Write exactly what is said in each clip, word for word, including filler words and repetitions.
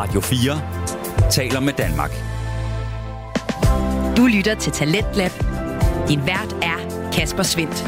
Radio fire taler med Danmark. Du lytter til Talentlab. Din vært er Kasper Svindt.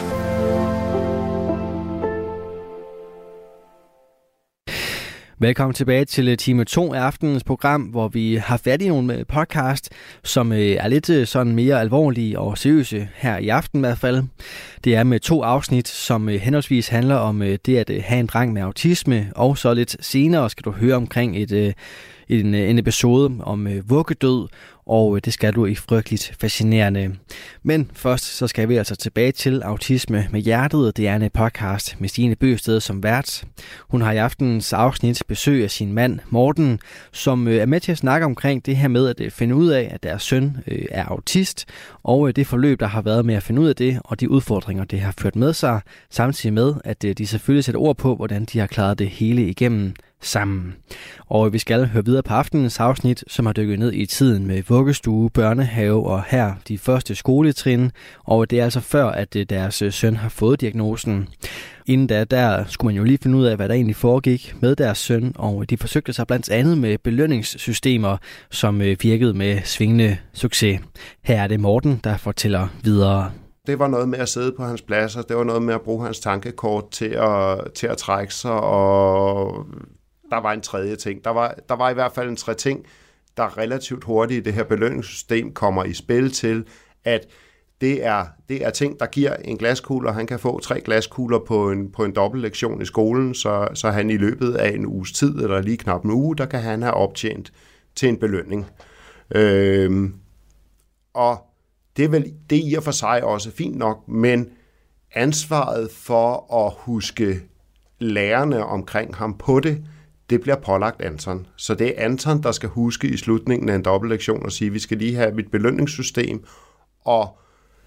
Velkommen tilbage til time to af aftenens program, hvor vi har fat i nogle podcast, som er lidt sådan mere alvorlige og seriøse her i aften i hvert fald. Det er med to afsnit, som henholdsvis handler om det at have en dreng med autisme, og så lidt senere skal du høre omkring et, en, en episode om vuggedød, og det skal du i frygteligt fascinerende. Men først så skal vi altså tilbage til Autisme med Hjertet. Det er en podcast med Stine Bøsted som vært. Hun har i aftenens afsnit besøg af sin mand Morten, som er med til at snakke omkring det her med at finde ud af, at deres søn er autist, og det forløb, der har været med at finde ud af det, og de udfordringer, det har ført med sig, samtidig med, at de selvfølgelig sætter ord på, hvordan de har klaret det hele igennem sammen. Og vi skal høre videre på aftenens afsnit, som har dykket ned i tiden med vuggestue, børnehave og her de første skoletrin, og det er altså før, at deres søn har fået diagnosen. Inden da, der skulle man jo lige finde ud af, hvad der egentlig foregik med deres søn, og de forsøgte sig blandt andet med belønningssystemer, som virkede med svingende succes. Her er det Morten, der fortæller videre. Det var noget med at sidde på hans pladser, det var noget med at bruge hans tankekort til at, til at trække sig, og der var en tredje ting. Der var, der var i hvert fald en tre ting, der relativt hurtigt i det her belønningssystem kommer i spil til, at det er, det er ting, der giver en glaskugle, og han kan få tre glaskugler på en, på en dobbeltlektion i skolen, så, så han i løbet af en uges tid, eller lige knap en uge, der kan han have optjent til en belønning. Øhm, og det er vel det i og for sig også fint nok, men ansvaret for at huske lærerne omkring ham på det, det bliver pålagt Anton. Så det er Anton, der skal huske i slutningen af en dobbeltlektion og sige, at vi skal lige have et belønningssystem, og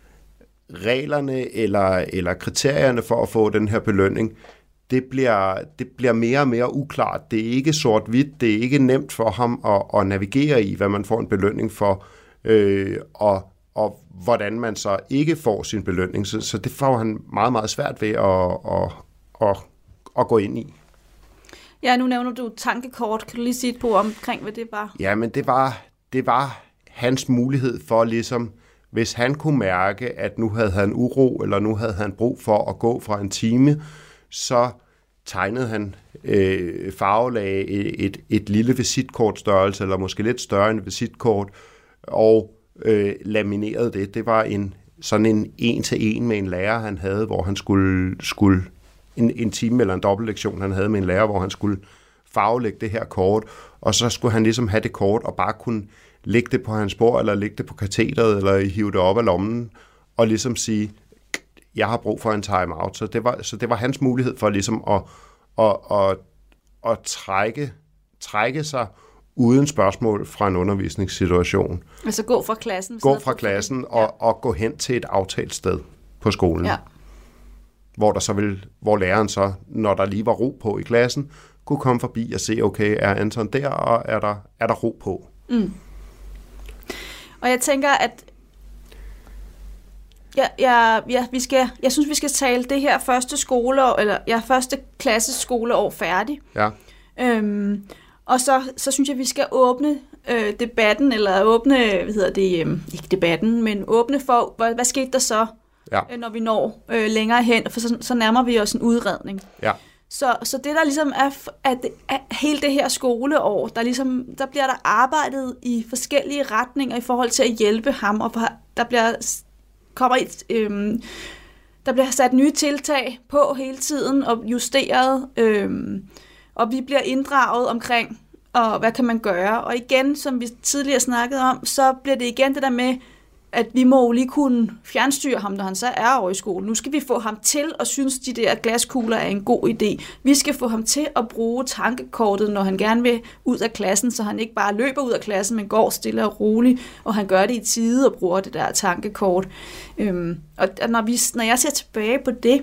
reglerne eller, eller kriterierne for at få den her belønning, det bliver, det bliver mere og mere uklart. Det er ikke sort-hvidt, det er ikke nemt for ham at, at navigere i, hvad man får en belønning for, øh, og, og hvordan man så ikke får sin belønning. Så, så det får han meget, meget svært ved at, at, at, at gå ind i. Ja, nu nævner du tankekort. Kan du lige sige et på omkring, hvad det var? Ja, men det var, det var hans mulighed for ligesom, hvis han kunne mærke, at nu havde han uro, eller nu havde han brug for at gå fra en time, så tegnede han øh, farvelag et, et, et lille visitkortstørrelse, eller måske lidt større end visitkort, og øh, laminerede det. Det var en sådan en en-til-en med en lærer, han havde, hvor han skulle... skulle En, en time eller en dobbeltlektion, han havde med en lærer, hvor han skulle farvelægge det her kort, og så skulle han ligesom have det kort, og bare kunne lægge det på hans bord, eller lægge det på katedret, eller hive det op af lommen, og ligesom sige, jeg har brug for en time-out. Så det var, så det var hans mulighed for ligesom at, at, at, at trække, trække sig uden spørgsmål fra en undervisningssituation. Altså gå fra klassen? Gå fra klassen og, ja. og gå hen til et aftalt sted på skolen. Ja. Hvor, der så vil, hvor læreren så, når der lige var ro på i klassen, kunne komme forbi og se, okay, er Anton der, og er der, er der ro på? Mm. Og jeg tænker, at ja, ja, ja, vi skal, jeg synes, vi skal tale det her første skoleår, eller ja, første klasses skoleår færdig. Ja. Øhm, og så, så synes jeg, vi skal åbne øh, debatten, eller åbne, hvad hedder det, øh, ikke debatten, men åbne for, hvad, hvad skete der så? Ja. Når vi når øh, længere hen, for så, så nærmer vi os en udredning. Ja. Så, så det der ligesom er, at, at hele det her skoleår, der, ligesom, der bliver der arbejdet i forskellige retninger i forhold til at hjælpe ham, og der bliver, kommer et, øhm, der bliver sat nye tiltag på hele tiden, og justeret, øhm, og vi bliver inddraget omkring, og hvad kan man gøre. Og igen, som vi tidligere snakkede om, så bliver det igen det der med, at vi må lige kunne fjernstyre ham, når han så er over i skolen. Nu skal vi få ham til at synes, de der glaskugler er en god idé. Vi skal få ham til at bruge tankekortet, når han gerne vil ud af klassen, så han ikke bare løber ud af klassen, men går stille og roligt, og han gør det i tide og bruger det der tankekort. Øhm, og når, vi, når jeg ser tilbage på det,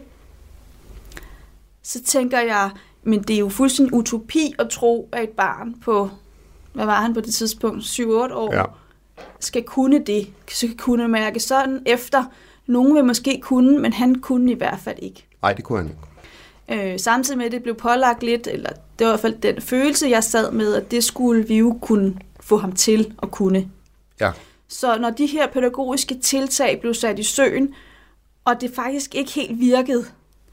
så tænker jeg, men det er jo fuldstændig utopi at tro, at et barn på, hvad var han på det tidspunkt, syv otte år, ja. skal kunne det, skal kunne mærke sådan efter. Nogen vil måske kunne, men han kunne i hvert fald ikke. Nej, det kunne han ikke. Øh, samtidig med, at det blev pålagt lidt, eller det var i hvert fald den følelse, jeg sad med, at det skulle vi jo kunne få ham til at kunne. Ja. Så når de her pædagogiske tiltag blev sat i søen, og det faktisk ikke helt virkede,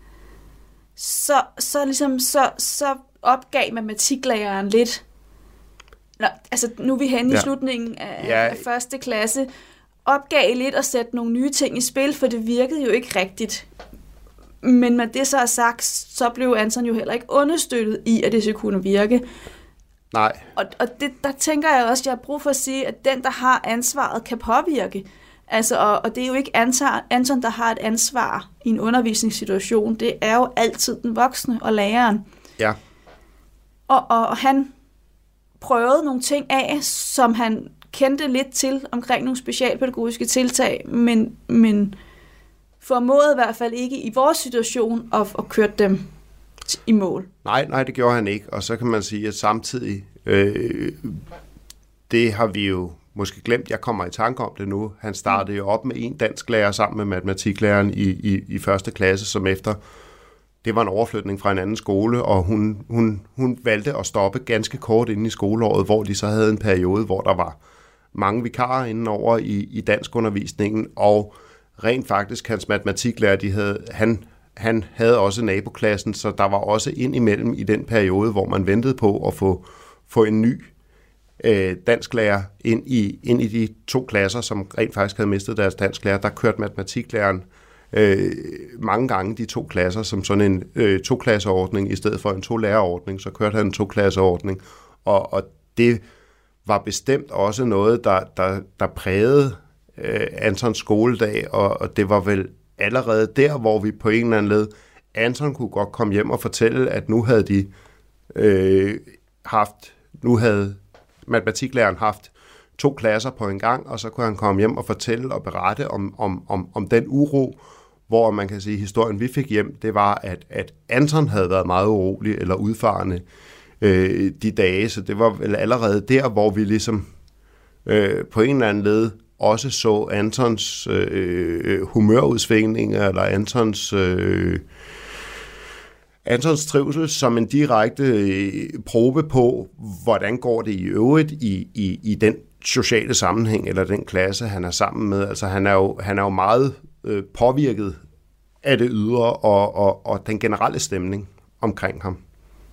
så, så, ligesom, så, så opgav matematiklæreren lidt. Nå, altså nu er vi henne ja. i slutningen af, ja. af første klasse, opgav lidt at sætte nogle nye ting i spil, for det virkede jo ikke rigtigt. Men med det så er sagt, så blev Anton jo heller ikke understøttet i, at det så kunne virke. Nej. Og, og det, der tænker jeg også, at jeg har brug for at sige, at den, der har ansvaret, kan påvirke. Altså, og, og det er jo ikke Anton, der har et ansvar i en undervisningssituation. Det er jo altid den voksne og læreren. Ja. Og, og, og han prøvede nogle ting af, som han kendte lidt til omkring nogle specialpædagogiske tiltag, men, men formåede i hvert fald ikke i vores situation at, at køre dem i mål. Nej, nej, det gjorde han ikke. Og så kan man sige, at samtidig, øh, det har vi jo måske glemt, jeg kommer i tanke om det nu. Han startede jo op med en dansk lærer sammen med matematiklæreren i, i, i første klasse, som efter, det var en overflytning fra en anden skole, og hun, hun, hun valgte at stoppe ganske kort inde i skoleåret, hvor de så havde en periode, hvor der var mange vikarer indenover i, i danskundervisningen, og rent faktisk hans matematiklærer, de havde, han, han havde også naboklassen, så der var også ind imellem i den periode, hvor man ventede på at få, få en ny øh, dansklærer ind i, ind i de to klasser, som rent faktisk havde mistet deres dansklærer. Der kørte matematiklæreren øh, mange gange de to klasser som sådan en øh, to-klasseordning i stedet for en to-lærerordning, så kørte han en to-klasseordning, og, og det var bestemt også noget, der, der, der prægede øh, Antons skoledag, og, og det var vel allerede der, hvor vi på en eller anden led, Anton kunne godt komme hjem og fortælle, at nu havde de øh, haft, nu havde matematiklæreren haft to klasser på en gang, og så kunne han komme hjem og fortælle og berette om, om, om, om den uro, hvor man kan sige, at historien vi fik hjem, det var, at, at Anton havde været meget urolig eller udfarende øh, de dage, så det var vel allerede der, hvor vi ligesom øh, på en eller anden led også så Antons øh, humørudsvingninger, eller Antons, øh, Antons trivsel som en direkte øh, probe på, hvordan går det i øvrigt i, i, i den sociale sammenhæng, eller den klasse, han er sammen med. Altså han er jo, han er jo meget øh, påvirket af det ydre, og, og, og den generelle stemning omkring ham.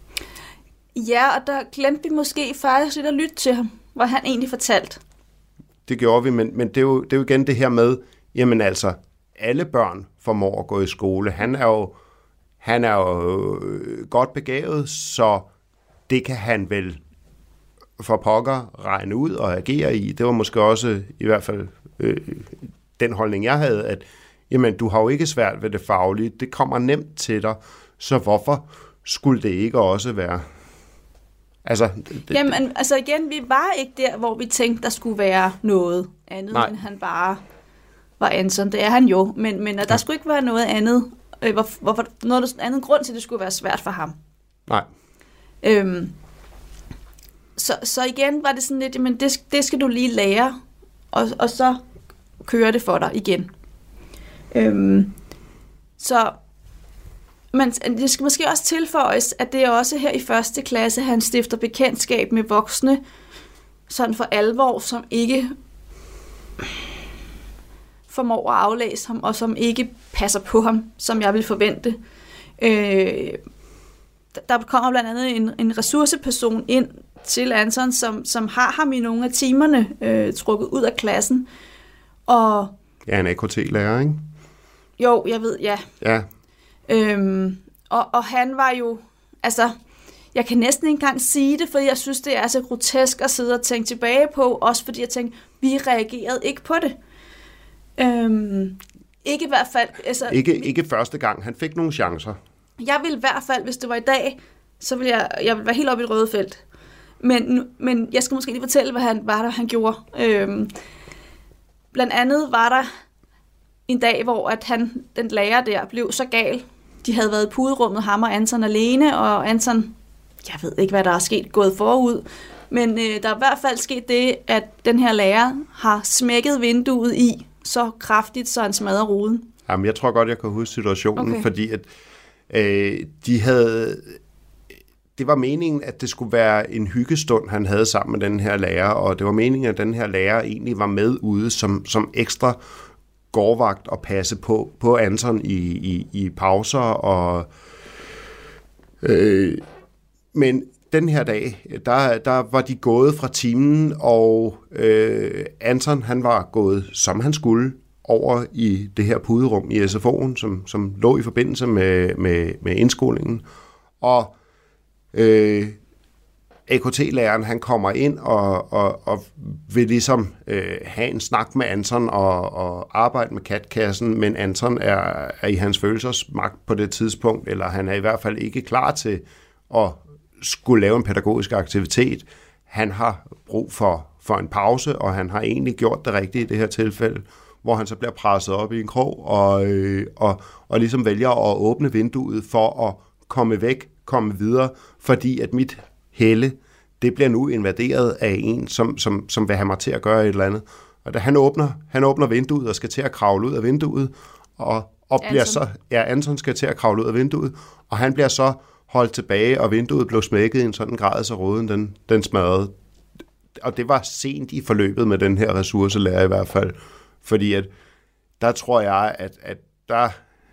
Ja, og der glemte vi måske faktisk lidt at lytte til ham, hvor han egentlig fortalte. Det gjorde vi, men, men det, er jo, det er jo igen det her med, jamen altså, alle børn formår at gå i skole. Han er jo, han er jo godt begavet, så det kan han vel for pokker regne ud og agere i. Det var måske også i hvert fald øh, den holdning, jeg havde, at jamen, du har jo ikke svært ved det faglige. Det kommer nemt til dig, så hvorfor skulle det ikke også være? Altså, det, Jamen, altså igen, vi var ikke der, hvor vi tænkte, der skulle være noget andet, nej, end han bare var Anton. Det er han jo, men, men at der ja. skulle ikke være noget andet, øh, hvor, hvor, noget andet grund til, at det skulle være svært for ham. Nej. Øhm, så, så igen var det sådan lidt, men det, det skal du lige lære, og, og så kører det for dig igen. Øhm, så men det skal måske også tilføjes, at det er også her i første klasse, han stifter bekendtskab med voksne, sådan for alvor, som ikke formår at aflæse ham, og som ikke passer på ham, som jeg vil forvente. Øh, der kommer blandt andet en, en ressourceperson ind til Anton, som, som har ham i nogle af timerne øh, trukket ud af klassen. Og ja, en A K T-lærer, ikke? Jo, jeg ved, ja. Ja. Øhm, og, og han var jo, altså, jeg kan næsten ikke engang sige det, fordi jeg synes, det er så grotesk at sidde og tænke tilbage på, også fordi jeg tænkte, vi reagerede ikke på det. Øhm, ikke i hvert fald. Altså, ikke, ikke første gang, han fik nogle chancer. Jeg ville i hvert fald, hvis det var i dag, så ville jeg, jeg ville være helt oppe i et røde felt. Men, men jeg skal måske lige fortælle, hvad han, hvad der, han gjorde. Øhm, blandt andet var der en dag, hvor at han, den lærer der blev så gal. De havde været i puderummet, ham og Anton alene, og Anton, jeg ved ikke, hvad der er sket, gået forud, men øh, der er i hvert fald sket det, at den her lærer har smækket vinduet i så kraftigt, så han smadrer ruden. Jamen, jeg tror godt, jeg kan huske situationen, okay. fordi at Øh, de havde... Det var meningen, at det skulle være en hyggestund, han havde sammen med den her lærer, og det var meningen, at den her lærer egentlig var med ude som, som ekstra gårdvagt og passe på, på Anton i, i, i pauser. Og, øh, men den her dag, der, der var de gået fra timen, og øh, Anton han var gået, som han skulle, over i det her puderum i S F O'en, som, som lå i forbindelse med, med, med indskolingen. Og øh, A K T-læreren, han kommer ind og, og, og vil ligesom øh, have en snak med Anton og, og arbejde med katkassen, men Anton er, er i hans følelsesmagt på det tidspunkt, eller han er i hvert fald ikke klar til at skulle lave en pædagogisk aktivitet. Han har brug for, for en pause, og han har egentlig gjort det rigtige i det her tilfælde, hvor han så bliver presset op i en krog og, øh, og, og ligesom vælger at åbne vinduet for at komme væk, komme videre, fordi at mit helle, det bliver nu invaderet af en, som, som, som vil have mig til at gøre et eller andet. Og da han åbner, han åbner vinduet og skal til at kravle ud af vinduet, og, og bliver så, ja, Anton skal til at kravle ud af vinduet, og han bliver så holdt tilbage, og vinduet blev smækket i en sådan grad, så ruden den, den smadrede. Og det var sent i forløbet med den her ressourcelærer i hvert fald, fordi at der tror jeg, at, at der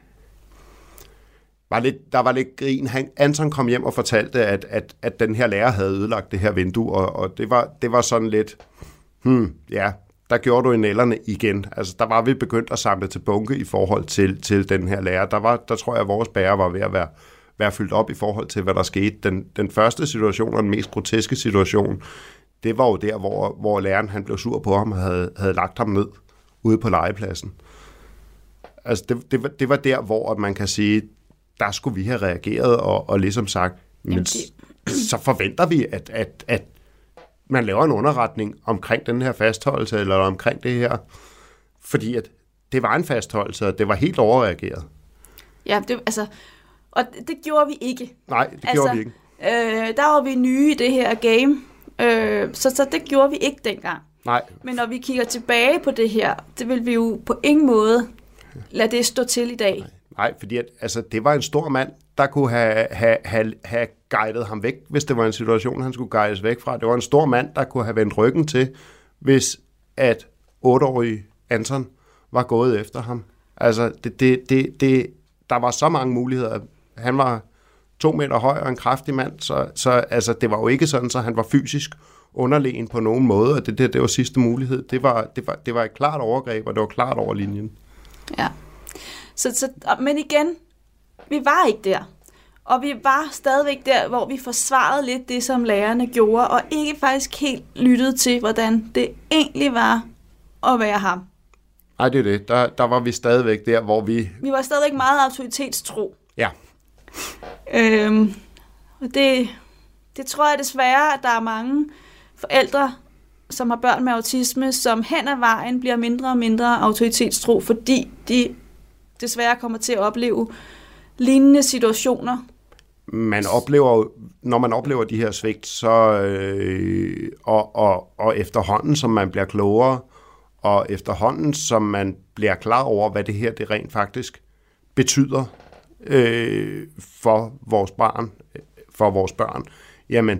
var lidt, der var lidt grin. Han, Anton kom hjem og fortalte, at, at, at den her lærer havde ødelagt det her vindue, og, og det, var, det var sådan lidt, hmm, ja, der gjorde du i nælderne igen. Altså, der var vi begyndt at samle til bunke i forhold til, til den her lærer. Der, var, der tror jeg, at vores bærer var ved at være, være fyldt op i forhold til, hvad der skete. Den, den første situation, og den mest groteske situation, det var jo der, hvor, hvor læreren han blev sur på ham og havde, havde lagt ham ned ude på legepladsen. Altså, det, det, var, det var der, hvor man kan sige, der skulle vi have reageret og, og ligesom sagt, men så forventer vi, at, at, at man laver en underretning omkring den her fastholdelse, eller omkring det her, fordi at det var en fastholdelse, og det var helt overreageret. Ja, det, altså, og det gjorde vi ikke. Nej, det altså, gjorde vi ikke. Øh, der var vi nye i det her game, øh, så, så det gjorde vi ikke dengang. Nej. Men når vi kigger tilbage på det her, det vil vi jo på ingen måde lade det stå til i dag. Nej. Nej, fordi at, altså, det var en stor mand, der kunne have, have, have, have guidet ham væk, hvis det var en situation, han skulle guides væk fra. Det var en stor mand, der kunne have vendt ryggen til, hvis at otteårige Anton var gået efter ham. Altså, det, det, det, det, der var så mange muligheder. Han var to meter høj og en kraftig mand, så, så altså, det var jo ikke sådan, så han var fysisk underlegen på nogen måde, og det, det, det var sidste mulighed. Det var, det, var, det var et klart overgreb, og det var klart over linjen. Ja. Så, så, men igen, vi var ikke der. Og vi var stadigvæk der, hvor vi forsvarede lidt det, som lærerne gjorde, og ikke faktisk helt lyttede til, hvordan det egentlig var at være ham. Nej, det er det. Der, der var vi stadigvæk der, hvor vi... Vi var stadigvæk meget autoritetstro. Ja. Øhm, og det, det tror jeg desværre, at der er mange forældre, som har børn med autisme, som hen ad vejen bliver mindre og mindre autoritetstro, fordi de desværre kommer til at opleve lignende situationer. Man oplever, når man oplever de her svigt, så øh, og, og, og efterhånden, som man bliver klogere, og efterhånden, som man bliver klar over, hvad det her det rent faktisk betyder øh, for vores barn, for vores børn, jamen,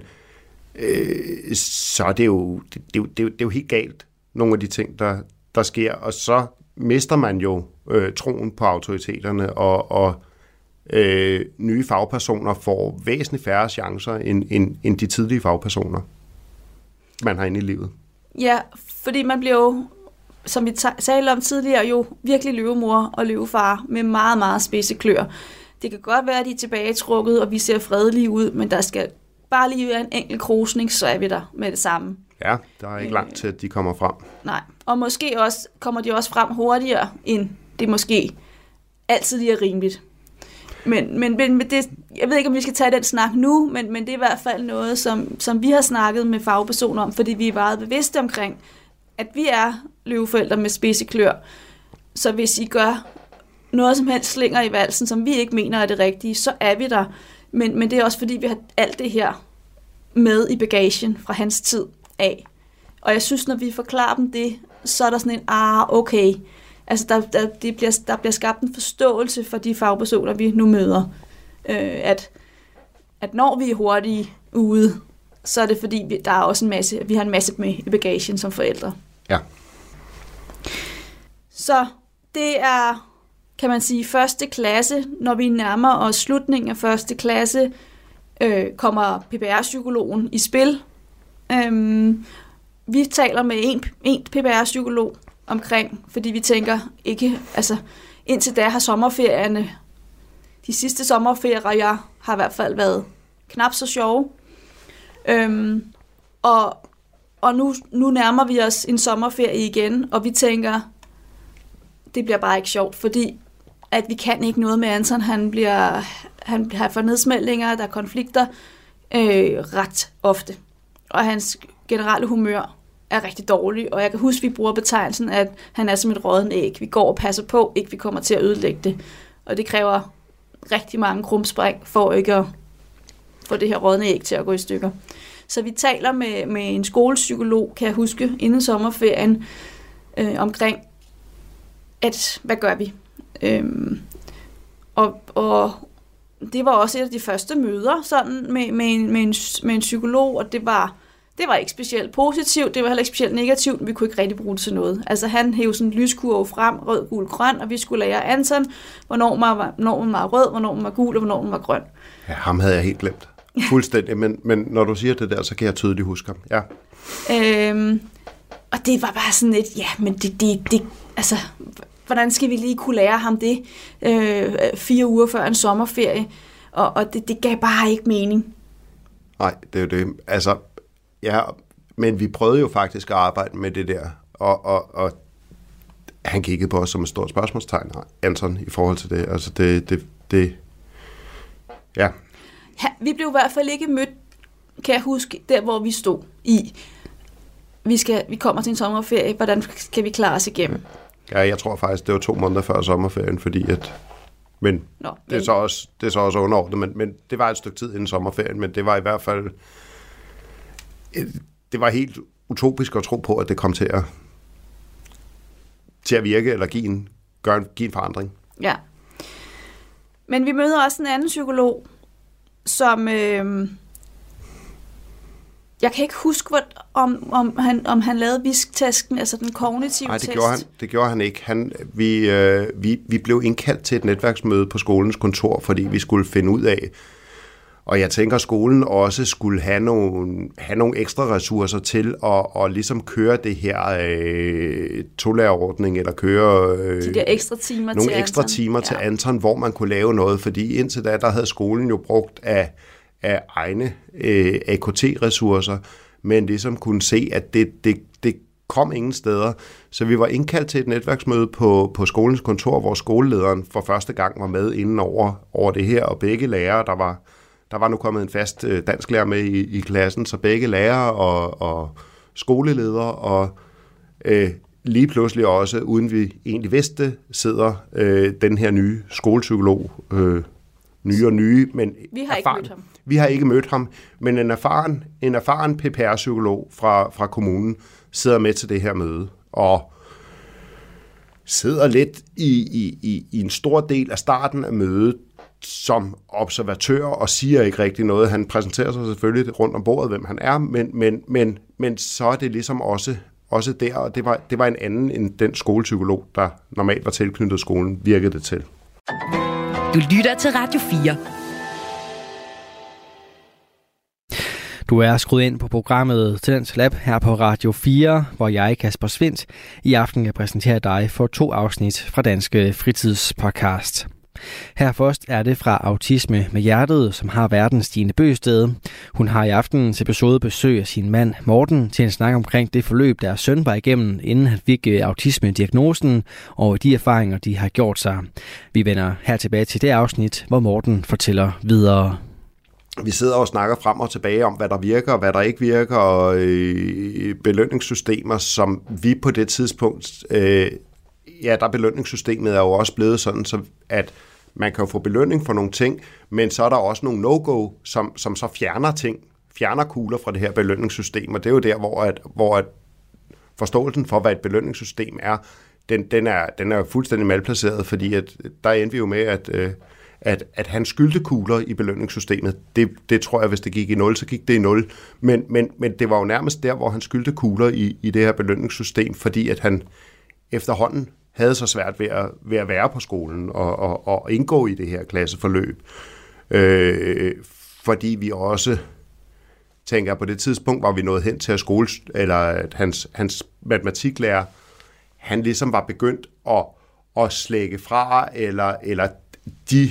øh, så er det jo, det, det, det, det er jo helt galt, nogle af de ting, der, der sker, og så mister man jo øh, troen på autoriteterne, og, og øh, nye fagpersoner får væsentligt færre chancer end, end, end de tidlige fagpersoner, man har inde i livet. Ja, fordi man bliver jo, som vi talte om tidligere, jo virkelig løvemor og løvefar med meget, meget spidse klør. Det kan godt være, at de er tilbagetrukket, og vi ser fredelige ud, men der skal bare lige være en enkelt krusning, så er vi der med det samme. Ja, der er ikke langt til, at de kommer frem. Nej, og måske også kommer de også frem hurtigere, end det måske altid lige er rimeligt. Men, men, men det, jeg ved ikke, om vi skal tage den snak nu, men, men det er i hvert fald noget, som, som vi har snakket med fagpersoner om, fordi vi er meget bevidste omkring, at vi er løveforældre med spidse klør. Så hvis I gør noget som helst slinger i valsen, som vi ikke mener er det rigtige, så er vi der. Men, men det er også fordi, vi har alt det her med i bagagen fra hans tid af. Og jeg synes, når vi forklarer dem det, så er der sådan en, ah, okay. Altså, der, der, det bliver, der bliver skabt en forståelse for de fagpersoner, vi nu møder. øh, at, at når vi er hurtige ude, så er det fordi, vi, der er også en masse, vi har en masse med i bagagen som forældre. Ja. Så det er, kan man sige, første klasse. Når vi nærmer os slutningen af første klasse, øh, kommer P P R-psykologen i spil. Øhm, vi taler med en, en P P R-psykolog omkring, fordi vi tænker ikke, altså indtil da har sommerferierne, de sidste sommerferier, jeg har i hvert fald været knap så sjove. Øhm, og og nu, nu nærmer vi os en sommerferie igen, og vi tænker, det bliver bare ikke sjovt, fordi at vi kan ikke noget med Anton. Han bliver, han har for nedsmeltninger, der er konflikter øh, ret ofte. Og hans generelle humør er rigtig dårlig, og jeg kan huske, at vi bruger betegnelsen, at han er som et rådden æg. Vi går og passer på, ikke vi kommer til at ødelægge det. Og det kræver rigtig mange krumspring for ikke at få det her rådne æg til at gå i stykker. Så vi taler med, med en skolepsykolog, kan jeg huske, inden sommerferien, øh, omkring, at hvad gør vi? Øhm, og, og det var også et af de første møder sådan, med, med, en, med, en, med en psykolog, og det var, det var ikke specielt positivt, det var heller ikke specielt negativt, men vi kunne ikke rigtig bruge det til noget. Altså han hævde sådan en lyskurve frem, rød, gul, grøn, og vi skulle lære Anton, hvornår man var, hvornår man var rød, hvornår man var gul, og hvornår man var grøn. Ja, ham havde jeg helt glemt. Fuldstændig, men, men når du siger det der, så kan jeg tydeligt huske ham. Ja. Øhm, og det var bare sådan et, ja, men det, det, det altså, hvordan skal vi lige kunne lære ham det øh, fire uger før en sommerferie? Og, og det, det gav bare ikke mening. Nej, det er jo det. Altså, ja, men vi prøvede jo faktisk at arbejde med det der, og, og, og han kiggede på os som et stort spørgsmålstegn, Anton, i forhold til det. Altså, det, det, det ja. Ja, vi blev i hvert fald ikke mødt, kan jeg huske, der hvor vi stod i. Vi, skal, vi kommer til en sommerferie, hvordan kan vi klare os igennem? Ja, jeg tror faktisk, det var to måneder før sommerferien, fordi at... Men Nå, det, er så også, det er så også underordnet, men, men det var et stykke tid inden sommerferien, men det var i hvert fald... Det var helt utopisk at tro på, at det kom til at, til at virke, eller give en, gøre en, give en forandring. Ja. Men vi møder også en anden psykolog, som... Øh, jeg kan ikke huske, hvor, om, om, han, om han lavede visktasken, altså den kognitive Nej, test. det gjorde han, det gjorde han ikke. Han, vi, øh, vi, vi blev indkaldt til et netværksmøde på skolens kontor, fordi vi skulle finde ud af, og jeg tænker, at skolen også skulle have nogle, have nogle ekstra ressourcer til at, at ligesom køre det her øh, tolærerordning, eller køre øh, de der ekstra timer nogle til ekstra Anton. timer Ja. til Anton, hvor man kunne lave noget, fordi indtil da, der havde skolen jo brugt af, af egne øh, A K T-ressourcer, men ligesom kunne se, at det, det, det kom ingen steder. Så vi var indkaldt til et netværksmøde på, på skolens kontor, hvor skolelederen for første gang var med inden over, over det her, og begge lærere, der var, der var nu kommet en fast øh, dansklærer med i, i klassen, så begge lærere og, og skoleledere, og øh, lige pludselig også, uden vi egentlig vidste, sidder øh, den her nye skolepsykolog, øh, nye og nye, men Vi har erfaren. ikke mødt ham. Vi har ikke mødt ham, men en erfaren, en erfaren P P R-psykolog fra, fra kommunen sidder med til det her møde, og sidder lidt i, i, i, i en stor del af starten af mødet som observatør og siger ikke rigtig noget. Han præsenterer sig selvfølgelig rundt om bordet, hvem han er, men, men, men, men så er det ligesom også, også der, og det var, det var en anden end den skolepsykolog, der normalt var tilknyttet skolen, virkede det til. Du lytter til Radio fire. Du er skruet ind på programmet Talents Lab her på Radio fire, hvor jeg, Kasper Svindt, i aften kan præsentere dig for to afsnit fra Danske Fritidspodcast. Her først er det fra Autisme med Hjertet, som har værten Stine Bøgsted. Hun har i aftenens episode besøg af sin mand Morten til en snak omkring det forløb, deres søn var igennem, inden han fik autisme-diagnosen, og de erfaringer, de har gjort sig. Vi vender her tilbage til det afsnit, hvor Morten fortæller videre. Vi sidder og snakker frem og tilbage om, hvad der virker og hvad der ikke virker, og øh, belønningssystemer, som vi på det tidspunkt... Øh, ja, der belønningssystemet er jo også blevet sådan, så at man kan jo få belønning for nogle ting, men så er der også nogle no-go, som, som så fjerner ting, fjerner kugler fra det her belønningssystem, og det er jo der, hvor, at, hvor at forståelsen for, hvad et belønningssystem er, den, den er, den er fuldstændig malplaceret, fordi at, der endte vi jo med, at, at, at han skyldte kugler i belønningssystemet. Det, det tror jeg, hvis det gik i nul, så gik det i nul. Men, men, men det var jo nærmest der, hvor han skyldte kugler i, i det her belønningssystem, fordi at han efterhånden havde så svært ved at, ved at være på skolen og, og, og indgå i det her klasseforløb. Øh, fordi vi også, tænker jeg, på det tidspunkt, hvor vi nåede hen til at skole, eller at hans, hans matematiklærer, han ligesom var begyndt at, at slække fra, eller, eller de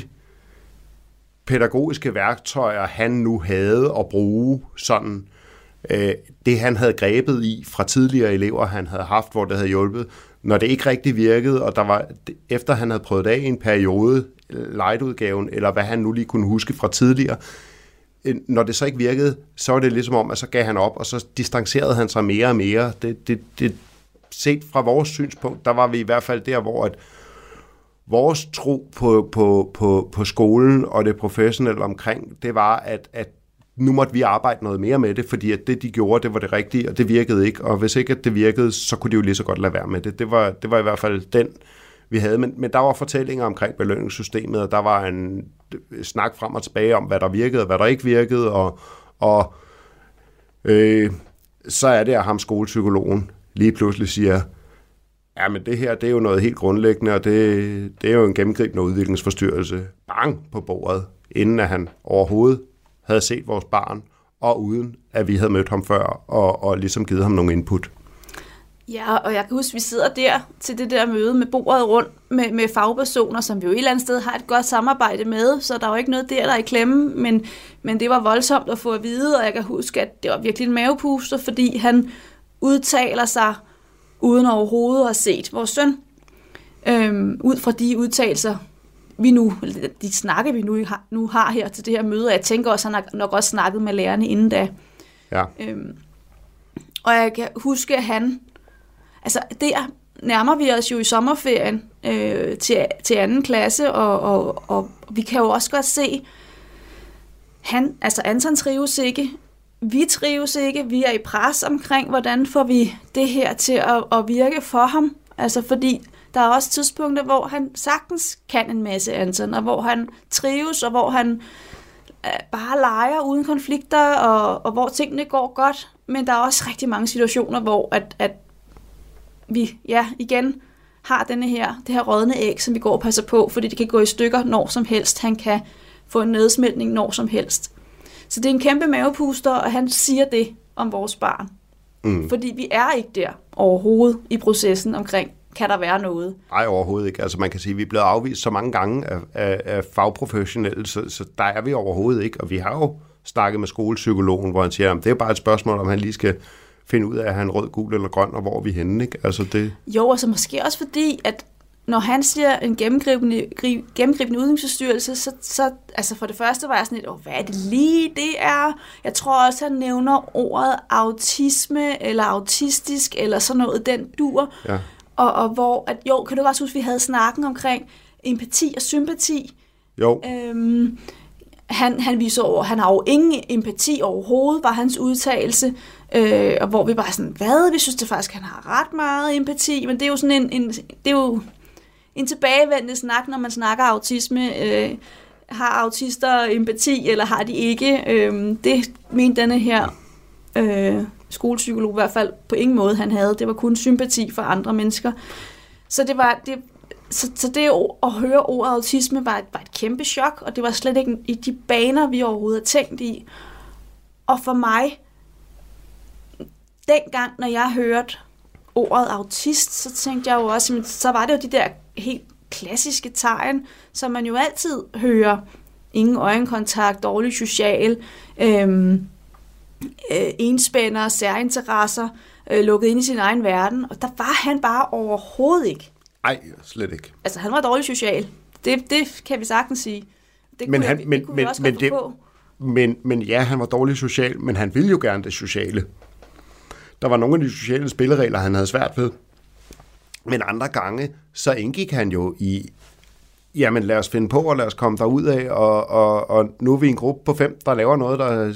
pædagogiske værktøjer, han nu havde at bruge, sådan øh, det han havde grebet i fra tidligere elever, han havde haft, hvor det havde hjulpet, når det ikke rigtig virkede, og der var, efter han havde prøvet af i en periode, light-udgaven, eller hvad han nu lige kunne huske fra tidligere, når det så ikke virkede, så var det ligesom om, at så gav han op, og så distancerede han sig mere og mere. Det, det, det, set fra vores synspunkt, der var vi i hvert fald der, hvor at vores tro på, på, på, på skolen og det professionelle omkring, det var, at, at nu måtte vi arbejde noget mere med det, fordi at det, de gjorde, det var det rigtige, og det virkede ikke. Og hvis ikke at det virkede, så kunne de jo lige så godt lade være med det. Det var, det var i hvert fald den, vi havde. Men, men der var fortællinger omkring belønningssystemet, og der var en snak frem og tilbage om, hvad der virkede og hvad der ikke virkede. Og, og øh, så er det, at ham skolepsykologen lige pludselig siger, ja, men det her, det er jo noget helt grundlæggende, og det, det er jo en gennemgribende udviklingsforstyrrelse. Bang på bordet, inden at han overhovedet havde set vores barn, og uden at vi havde mødt ham før, og, og ligesom givet ham nogle input. Ja, og jeg kan huske, at vi sidder der til det der møde med bordet rundt med, med fagpersoner, som vi jo et eller andet sted har et godt samarbejde med, så der var ikke noget der, der er i klemme, men, men det var voldsomt at få at vide, og jeg kan huske, at det var virkelig en mavepuster, fordi han udtaler sig uden overhovedet at have set vores søn. Øhm, ud fra de udtalelser, vi nu, de snakker vi nu har, nu har her til det her møde, og jeg tænker også, at han har nok også snakket med lærerne inden da. Ja. Øhm, og jeg kan huske, at han, altså der nærmer vi os jo i sommerferien øh, til, til anden klasse, og, og, og vi kan jo også godt se, han, altså Anton trives ikke, vi trives ikke, vi er i pres omkring, hvordan får vi det her til at, at virke for ham, altså fordi der er også tidspunkter, hvor han sagtens kan en masse, Anton, og hvor han trives, og hvor han øh, bare leger uden konflikter, og, og hvor tingene går godt. Men der er også rigtig mange situationer, hvor at, at vi ja, igen har denne her, det her rådne æg, som vi går og passer på, fordi det kan gå i stykker når som helst. Han kan få en nedsmeltning når som helst. Så det er en kæmpe mavepuster, og han siger det om vores barn. Mm. Fordi vi er ikke der overhovedet i processen omkring, kan der være noget? Nej, overhovedet ikke. Altså man kan sige, at vi er blevet afvist så mange gange af, af, af fagprofessionelle, så, så der er vi overhovedet ikke. Og vi har jo snakket med skolepsykologen, hvor han siger, at det er bare et spørgsmål, om han lige skal finde ud af, at han er rød, gul eller grøn, og hvor er vi henne, ikke? Altså det... Jo, altså måske også fordi, at når han siger en gennemgribende, gennemgribende udviklingsforstyrrelse, så, så altså for det første var jeg sådan lidt, åh, hvad er det lige, det er? Jeg tror også, han nævner ordet autisme, eller autistisk, eller sådan noget, den dur. Ja. Og, og hvor, at, jo, kan du også huske, at vi havde snakken omkring empati og sympati? Jo. Øhm, han, han viser over, han har jo ingen empati overhovedet, var hans udtalelse, øh, og hvor vi bare sådan, hvad? Vi synes det faktisk, han har ret meget empati, men det er jo sådan en, en, det er jo en tilbagevendende snak, når man snakker autisme. Øh, har autister empati, eller har de ikke? Øh, det mente denne her øh, skolepsykolog i hvert fald på ingen måde, han havde. Det var kun sympati for andre mennesker. Så det var det, så, så det at høre ordet autisme var et, var et kæmpe chok, og det var slet ikke i de baner, vi overhovedet har tænkt i. Og for mig, dengang, når jeg hørte ordet autist, så tænkte jeg jo også, så var det jo de der helt klassiske tegn, som man jo altid hører. Ingen øjenkontakt, dårlig social, øhm, øh, enspænder, særinteresser, øh, lukket ind i sin egen verden, og der var han bare overhovedet ikke. Nej, slet ikke. Altså, han var dårlig social. Det, det kan vi sagtens sige. Det men kunne, han, jeg, men, det kunne men, vi også men, godt det, få. Men, men ja, han var dårlig social, men han ville jo gerne det sociale. Der var nogle af de sociale spilleregler, han havde svært ved. Men andre gange, så indgik han jo i, jamen lad os finde på, og lad os komme derud af, og, og, og nu er vi en gruppe på fem, der laver noget, der er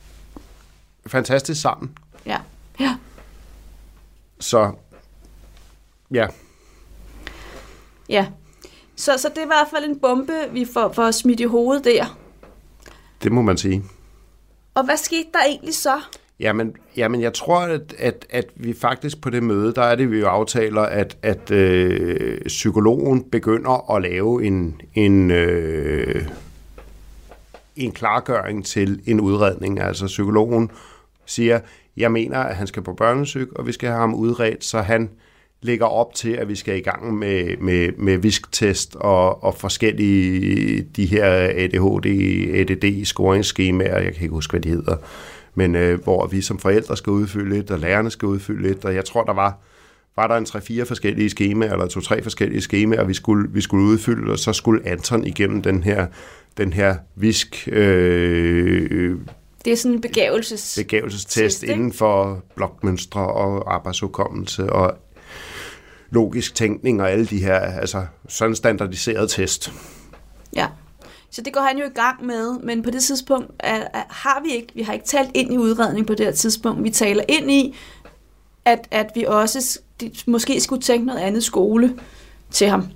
fantastisk sammen. Ja, ja. Så, ja. Ja, Så, så det er i hvert fald en bombe, vi får, får smidt i hovedet der. Det må man sige. Og hvad skete der egentlig så? Jamen, jamen jeg tror, at, at, at vi faktisk på det møde, der er det, vi jo aftaler, at, at øh, psykologen begynder at lave en, en, øh, en klargøring til en udredning. Altså psykologen siger, jeg mener, at han skal på børnepsyk, og vi skal have ham udredt, så han lægger op til, at vi skal i gang med, med, med visktest og, og forskellige de her A D H D, A D D-scoringsskemaer, jeg kan ikke huske, hvad de hedder, men øh, hvor vi som forældre skal udfylde lidt, og lærerne skal udfylde lidt, og jeg tror, der var, var der en tre-fire forskellige skemaer, eller to-tre forskellige skemaer, vi skulle, vi skulle udfylde, og så skulle Anton igennem den her, den her visk... Øh, det er sådan en begavelses... begavelsestest inden for blokmønstre og arbejdsudkommelse og logisk tænkning og alle de her, altså sådan standardiseret test. Ja, så det går han jo i gang med, men på det tidspunkt er, er, har vi ikke, vi har ikke talt ind i udredning på det her tidspunkt. Vi taler ind i, at, at vi også måske skulle tænke noget andet skole til ham.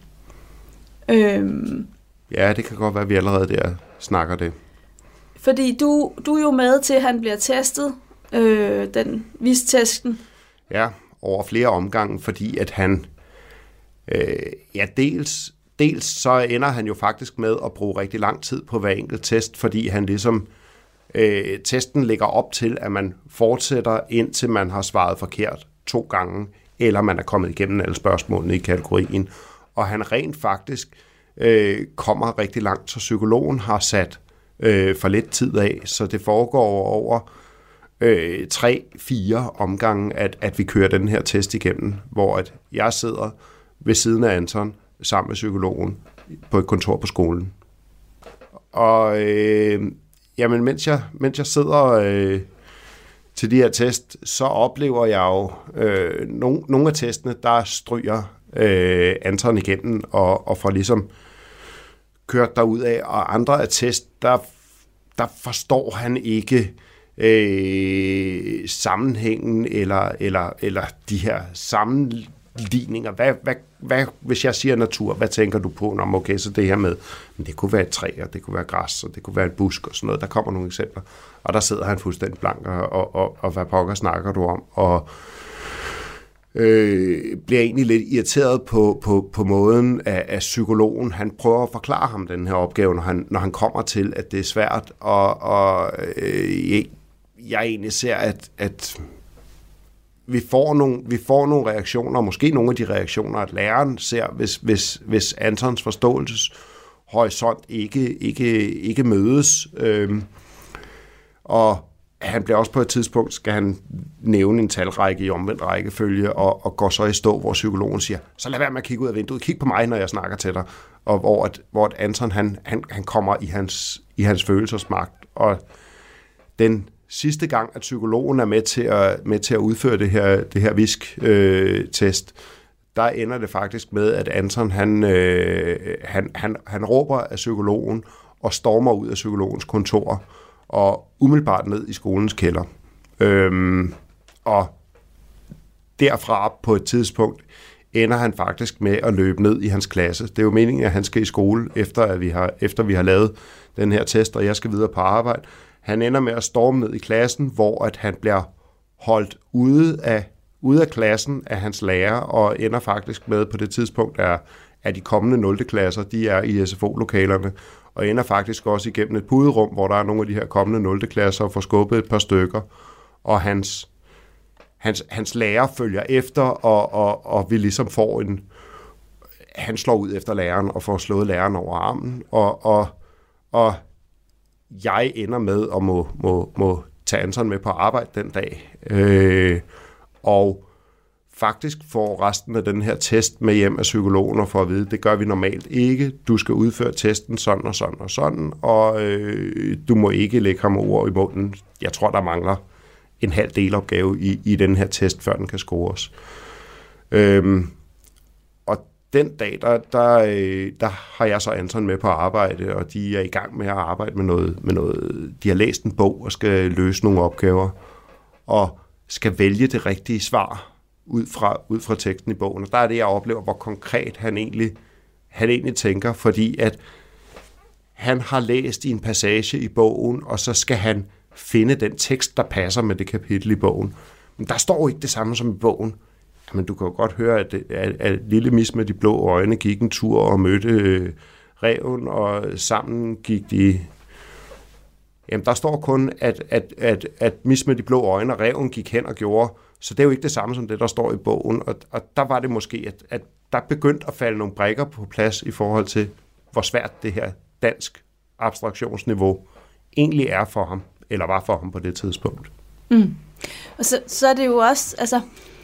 Øhm, ja, det kan godt være, at vi allerede der snakker det. Fordi du, du er jo med til, at han bliver testet, øh, den vistesten. Ja, over flere omgange, fordi at han, øh, ja, dels, dels så ender han jo faktisk med at bruge rigtig lang tid på hver enkelt test, fordi han ligesom, øh, testen lægger op til, at man fortsætter, indtil man har svaret forkert to gange, eller man er kommet igennem alle spørgsmålene i kategorien. Og han rent faktisk øh, kommer rigtig langt, så psykologen har sat øh, for lidt tid af, så det foregår over øh, tre, fire omgange, at, at vi kører den her test igennem, hvor at jeg sidder ved siden af Anton sammen med psykologen på et kontor på skolen. Og øh, jamen, mens jeg, mens jeg sidder øh, til de her test, så oplever jeg jo øh, nogle, nogle af testene, der stryger øh, Anton igennem og, og får ligesom kørt derud af, og andre af test, der, der forstår han ikke øh, sammenhængen eller, eller, eller de her sammenligninger. Hvad, hvad, hvad, hvis jeg siger natur, hvad tænker du på? Nå, okay, så det her med, men det kunne være et træ, og det kunne være græs, og det kunne være et busk og sådan noget. Der kommer nogle eksempler, og der sidder han fuldstændig blank, og, og, og hvad pokker snakker du om? Og øh, bliver egentlig lidt irriteret på, på, på måden, at, at psykologen, han prøver at forklare ham den her opgave, når han, når han kommer til, at det er svært, og, og øh, jeg, jeg egentlig ser, at, at vi får nogle, vi får nogle reaktioner, måske nogle af de reaktioner, at læreren ser, hvis, hvis, hvis Antons forståelseshorisont ikke, ikke, ikke mødes. Øhm, og han bliver også på et tidspunkt, skal han nævne en talrække i omvendt rækkefølge, og, og går så i stå, hvor psykologen siger, så lad være med at kigge ud af vinduet, kig på mig, når jeg snakker til dig. Og hvor, at, hvor at Anton, han, han, han kommer i hans, i hans følelsesmagt. Og den sidste gang, at psykologen er med til at, med til at udføre det her, det her visk-test, øh, der ender det faktisk med, at Anton, han, øh, han, han, han råber af psykologen og stormer ud af psykologens kontor og umiddelbart ned i skolens kælder. Øhm, og derfra på et tidspunkt ender han faktisk med at løbe ned i hans klasse. Det er jo meningen, at han skal i skole, efter, at vi har, efter vi har lavet den her test, og jeg skal videre på arbejde. Han ender med at storme ned i klassen, hvor at han bliver holdt ude af, ude af klassen af hans lærer, og ender faktisk med på det tidspunkt, at, at de kommende nul klasser, de er i S F O-lokalerne, og ender faktisk også igennem et puderum, hvor der er nogle af de her kommende nul klasser, og får skubbet et par stykker, og hans, hans, hans lærer følger efter, og, og, og vi ligesom får en... Han slår ud efter læreren, og får slået læreren over armen, og... og, og jeg ender med at må, må, må tage Anton med på arbejde den dag. Øh, og faktisk får resten af den her test med hjem af psykologen og for at vide, det gør vi normalt ikke. Du skal udføre testen sådan og sådan og sådan, og øh, du må ikke lægge ham ord i munden. Jeg tror, der mangler en halv delopgave i, i den her test, før den kan scores. Øh, Den dag, der, der, der har jeg så Anton med på arbejde, og de er i gang med at arbejde med noget, med noget. De har læst en bog og skal løse nogle opgaver, og skal vælge det rigtige svar ud fra, ud fra teksten i bogen. Og der er det, jeg oplever, hvor konkret han egentlig, han egentlig tænker, fordi at han har læst i en passage i bogen, og så skal han finde den tekst, der passer med det kapitel i bogen. Men der står jo ikke det samme som i bogen. Men du kan jo godt høre, at, at, at lille mis med de blå øjne gik en tur og mødte øh, ræven, og sammen gik de... Jamen, der står kun, at, at, at, at mis med de blå øjne og ræven gik hen og gjorde, så det er jo ikke det samme som det, der står i bogen. Og, og der var det måske, at, at der begyndte at falde nogle brikker på plads i forhold til, hvor svært det her dansk abstraktionsniveau egentlig er for ham, eller var for ham på det tidspunkt. Mm. Og så, så er det jo også, altså,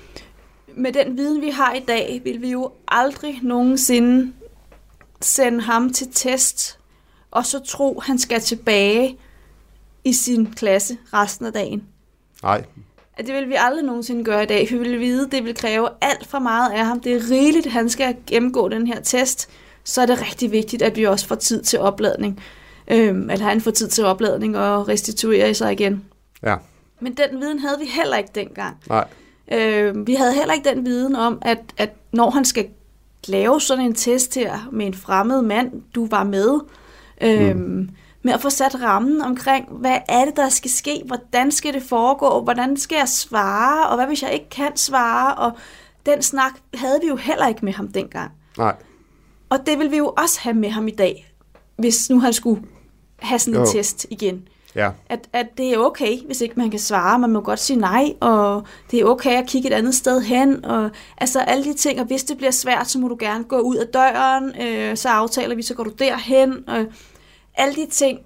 med den viden, vi har i dag, vil vi jo aldrig nogensinde sende ham til test, og så tro, han skal tilbage i sin klasse resten af dagen. Nej. Det vil vi aldrig nogensinde gøre i dag. Vi vil vide, det vil kræve alt for meget af ham. Det er rigeligt, at han skal gennemgå den her test. Så er det rigtig vigtigt, at vi også får tid til opladning. Øhm, at han får tid til opladning og restituere sig igen. Ja. Men den viden havde vi heller ikke dengang. Nej. Øhm, vi havde heller ikke den viden om, at, at når han skal lave sådan en test her med en fremmed mand, du var med, øhm, mm. med at få sat rammen omkring, hvad er det, der skal ske, hvordan skal det foregå, hvordan skal jeg svare, og hvad hvis jeg ikke kan svare, og den snak havde vi jo heller ikke med ham dengang. Nej. Og det vil vi jo også have med ham i dag, hvis nu han skulle have sådan en jo. test igen. Ja. At, at det er okay, hvis ikke man kan svare, man må godt sige nej, og det er okay at kigge et andet sted hen, og altså alle de ting, og hvis det bliver svært, så må du gerne gå ud af døren, øh, så aftaler vi, så går du derhen, og alle de ting,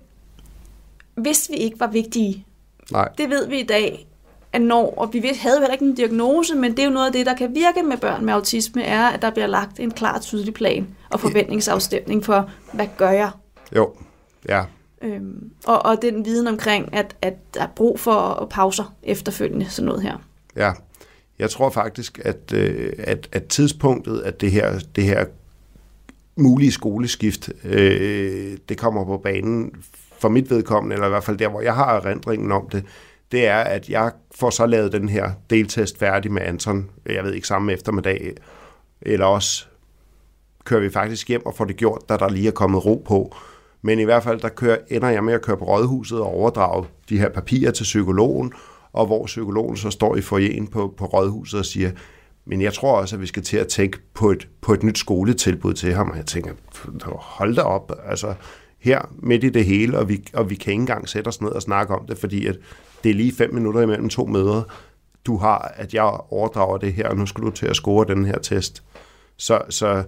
hvis vi ikke var vigtige. Nej. Det ved vi i dag, at når, og vi havde jo heller ikke en diagnose, men det er jo noget af det, der kan virke med børn med autisme, er, at der bliver lagt en klar, tydelig plan og forventningsafstemning for, hvad gør jeg? Jo, ja. Øhm, og, og den viden omkring, at, at der er brug for pauser efterfølgende, sådan noget her. Ja, jeg tror faktisk, at, at, at tidspunktet, at det her, det her mulige skoleskift, øh, det kommer på banen for mit vedkommende, eller i hvert fald der, hvor jeg har erindringen om det, det er, at jeg får så lavet den her deltest færdig med Anton, jeg ved ikke, samme eftermiddag, eller også kører vi faktisk hjem og får det gjort, da der lige er kommet ro på. Men i hvert fald, der kører, ender jeg med at køre på rådhuset og overdrage de her papirer til psykologen, og hvor psykologen så står i foyeren på, på rådhuset og siger, men jeg tror også, at vi skal til at tænke på et, på et nyt skoletilbud til ham. Og jeg tænker, hold da op, altså her midt i det hele, og vi, og vi kan ikke engang sætte os ned og snakke om det, fordi at det er lige fem minutter imellem to møder, du har, at jeg overdrager det her, og nu skal du til at score den her test. Så, så